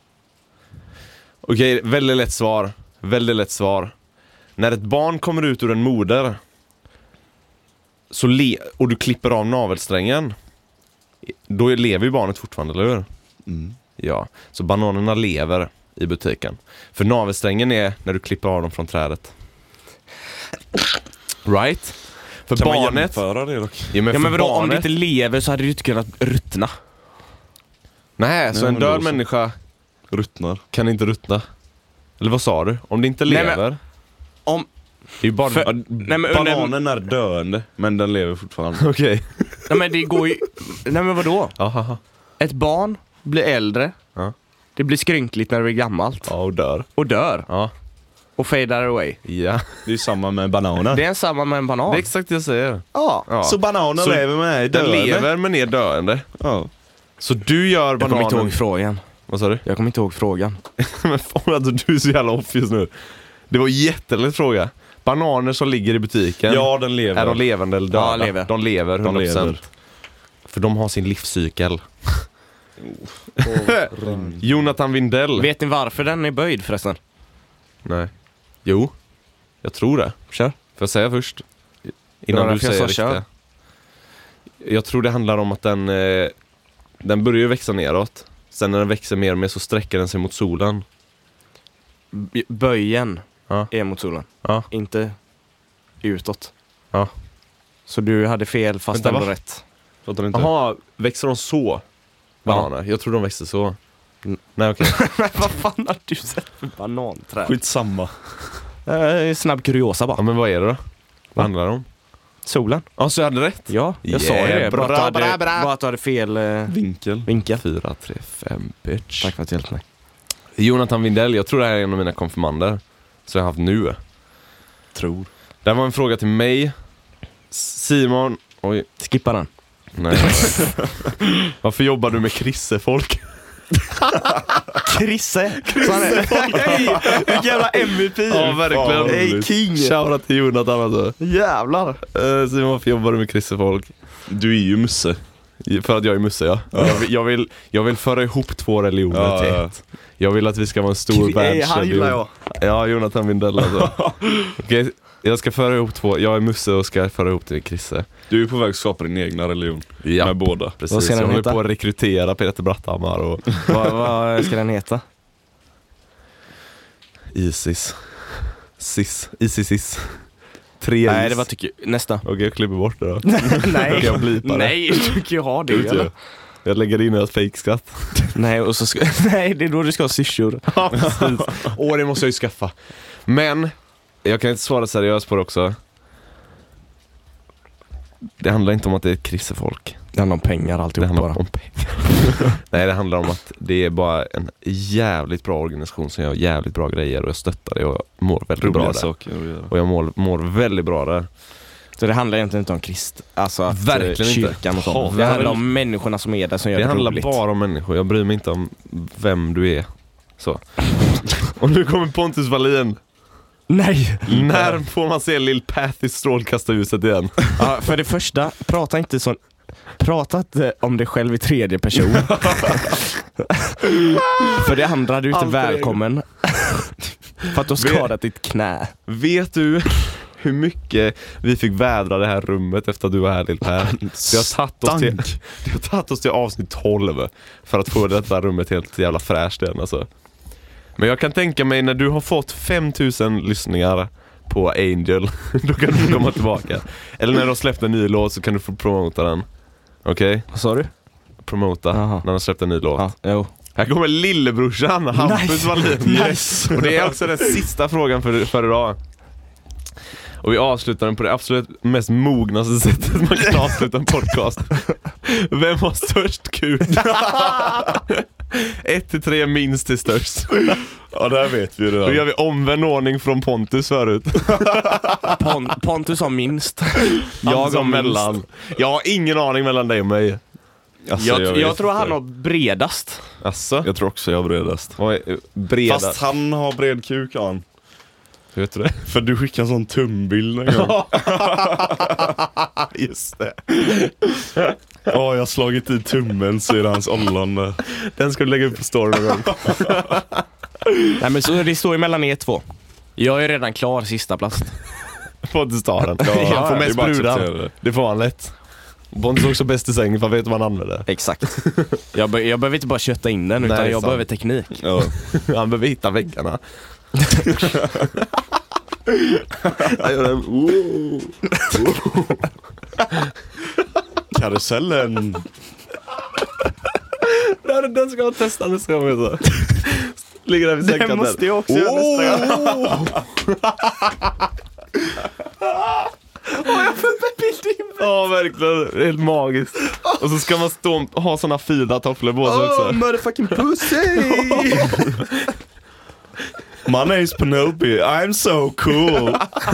Okej, väldigt lätt svar. Väldigt lätt svar. När ett barn kommer ut ur en moder så le- och du klipper av navelsträngen, då lever ju barnet fortfarande, eller hur? Mm. Ja, så bananerna lever i butiken. För navelsträngen är när du klipper av dem från trädet. Right? För Kan man barnet... jämföra det dock? Ja, men, Ja, men för vadå, om det barnet... inte lever så hade det ju inte kunnat ruttna. Nej, så Nej, en men då död så. människa Ruttnar. kan inte ruttna. Eller vad sa du? Om det inte Nej, lever... men- Om... Det är ju bara... För- Ja, Nej, men under- bananen är döende, men den lever fortfarande. Okej. Nej men det går ju... Nej men vadå? Aha. Ett barn blir äldre. Ja. Det blir skrynkligt när det blir gammalt. Ja, och dör. Och dör. Ja. Och fadar away. Ja. Det är ju samma med bananer. Det är samma med en banan. Det är exakt det jag säger. Ja. Ja. Så bananer Så lever med är Den döende. lever men är döende. Ja. Så du gör Jag kommer bananen... inte ihåg frågan. Vad sa du? Jag kommer inte ihåg frågan. Men fan, alltså, du är så jävla off just nu. Det var en jättelätt fråga. Bananer som ligger i butiken. Ja, den lever. Är de levande eller döda? Ja, lever. De lever, De hundra procent. lever. För de har sin livscykel. Jonathan Windell. Vet ni varför den är böjd förresten? Nej. Jo. Jag tror det. Kör. Får jag säga först? Innan Ja, du för jag säger sa kör. riktiga. Jag tror det handlar om att den eh, Den börjar ju växa neråt. Sen när den växer mer och mer så sträcker den sig mot solen. B- Böjen Ja. är mot solen. Ja. Inte utåt. Ja. Så du hade fel fast Vänta, ändå va? rätt. Fattar du inte? Jaha, växer de så? Bananer? Jag tror de växer så. Mm. Nej, okej. Men vad fan har du sett för bananträd? Skitsamma. Eh, snabb kuriosa bara. Ja, men vad är det då? Vad handlar det om? Solen. Ja, så jag hade rätt. Ja, jag Yeah, sa ju det. Bara bra, att du hade, bra, bra. bara att du hade fel eh, Vinkel. vinkel. fyra, tre, fem, bitch. Tack för att du hjälpte mig. Jonathan Windell, jag tror det här är en av mina konfirmander. Så jag har haft nu. Tror. Det här var en fråga till mig. Simon. Oj, Skippa den. nej. Varför jobbar du med Krisse-folk? Krisse! Hej! Vilken jävla M V P! Ja, verkligen. Hej, king! Shoutout till Jonathan alltså. Jävlar! Uh, Simon, varför jobbar du med Krisse-folk? Du är ju musse. För att jag är musse, ja. Jag, vill, jag, vill, jag vill föra ihop två religioner Ja, till ja. ett. Jag vill att vi ska vara en stor världsreligion. Ja, Jonathan Windell alltså. Okej, jag ska föra ihop två. Jag är musse och ska föra ihop till Krisse. Du är på väg att skapa din egna religion. Ja, Med båda. precis. Vad ska Jag den håller heta? på att rekrytera Peter Bratthammar och Vad, vad ska den heta? Isis. Sis. Isis. Tre Nej, is. det var tycker nästa. Okej, jag klipper bort det då. Nej, Okej, jag blipar det. nej, du kan ju ha det. Vet du? Eller? Jag lägger in ett fejkskatt. Nej, och så ska, nej, det är då du ska ha syrsor. Ja, precis. Åh, det måste jag ju skaffa. Men, jag kan inte svara seriöst på det också. Det handlar inte om att det är ett Krisse-folk. Det handlar om pengar Det alltihop handlar bara. om pengar. Nej, det handlar om att det är bara en jävligt bra organisation som gör jävligt bra grejer och jag stöttar det och jag mår väldigt bra Roliga där. saker att göra. Och jag mår, mår väldigt bra där. Så det handlar egentligen inte om krist, alltså att Verkligen eh, inte. kyrkan och sånt. Ja, Det handlar väl- om människorna som är där som gör Det det, handlar roligt. bara om människor. Jag bryr mig inte om vem du är. Så. Och nu kommer Pontus Wallin. Nej! När får man se Lil Path i strålkastarljuset igen? Ja, för det första, prata inte så. Prata inte om dig själv i tredje person. För det andra, du är inte Allt är välkommen. För att du har skadat ditt knä. Vet du hur mycket vi fick vädra det här rummet efter att du var här, Lil Path? Det har tagit oss till, det har tagit oss till avsnitt tolv för att få detta rummet helt jävla fräscht igen alltså. Men jag kan tänka mig när du har fått fem tusen lyssningar på Angel, då kan du komma tillbaka. Eller när du har släppt en ny låt så kan du få promota den. Okej? Okay? Vad sa du? Promota Aha. när du har släppt en ny låt. Ja, jo. Här kommer lillebrorsan, Hampus Nice. Wallin. Nice. Och det är också den sista frågan för, för idag. Och vi avslutar den på det absolut mest mognaste sättet man kan avsluta en podcast. Vem har störst kuk? Ett till tre minst till störst. Ja, det här vet vi ju Då redan. gör vi omvänd ordning från Pontus förut. Pon- Pontus har minst. Jag Jag har som minst. mellan. Jag har ingen aning mellan dig och mig. Alltså, Jag, vet jag tror inte. han har bredast. Asså? Jag tror också jag har bredast. Vad är breda? Fast han har bred kuk, han. Hur vet du det? För du skickade en sån tumbild en gång. Just det. Ja, jag har slagit i tummen så är det hans ollon. Den ska du lägga upp på story någon gång. Nej, men så det står ju mellan er två. Jag är redan klar, sista plats. Pontus tar den. Ja, Han får det är mest bara att brudar. acceptera det. Det får han lätt. Pontus är också bäst i sängen för han vet vad han använder. Exakt. Jag, be- jag behöver inte bara kötta in den, utan Nej, jag sant. behöver teknik. Ja. Han behöver hitta väggarna. Han gör en... Oh. Karusellen. Den, den ska jag testa nästa gång. Så. Ligger där vid sängkanten. Den måste jag också göra nästa gång. Ja, verkligen. Det är helt magiskt. Och så ska man stå ha såna fina tofflor på sig också. Motherfucking pussy! My name's Penelope, I'm so cool.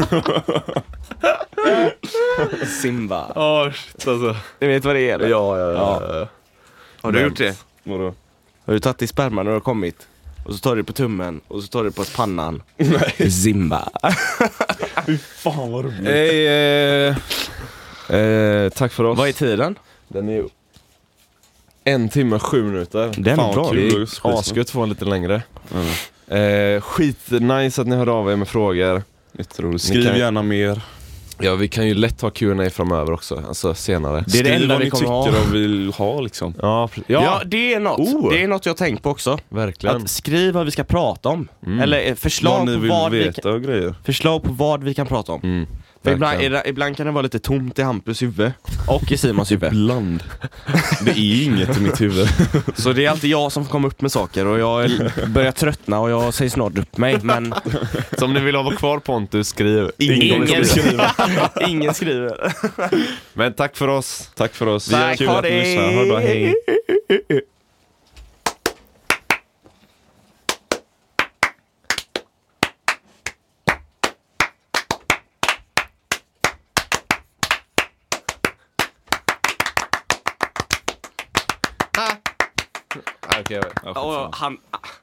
Simba. Åh, shit alltså. Du vet vad det är? Eller? Ja, ja, ja. ja. Har du gjort det? Vadå? Har du tagit i sperma när du har kommit? Och så tar du på tummen och så tar du på pannan. Nej. Simba. Fan vad roligt. Hej, eh, eh, tack för oss. Vad är tiden? Den är ju en timme, sju minuter. Den Fan, är vad bra. kul. Det är asgött få en lite längre. Mm. Eh, skitnice att ni hörde av er med frågor. Jätteroligt. Skriv kan- gärna mer. Ja, vi kan ju lätt ha Q and A framöver också, alltså senare. Det är det Skriv enda vad vi ni kommer tycker ha. och vill ha liksom. Ja, pr- Ja, ja, det är något. Oh. Det är något jag har tänkt på också. verkligen. Att skriv vad vi ska prata om. Mm. Eller eh, Vad förslag ni på vill vad vi, veta och grejer. förslag på vad vi kan prata om. Mm, För ibland, verkligen. är det- ibland kan det vara lite tomt i Hampus huvud och i Simons huvud. Bland. Det är inget i mitt huvud. Så det är alltid jag som får komma upp med saker och jag är- börjar tröttna och jag säger snart upp mig. Men Så om ni vill ha kvar Pontus, skriv. ingen, kommer skriva. ingen skriver. Men tack för oss. Tack för oss. Tack, Kul ha att ni det. lyssnar. Ha det bra, hej. Ah, okej, okay, Och han...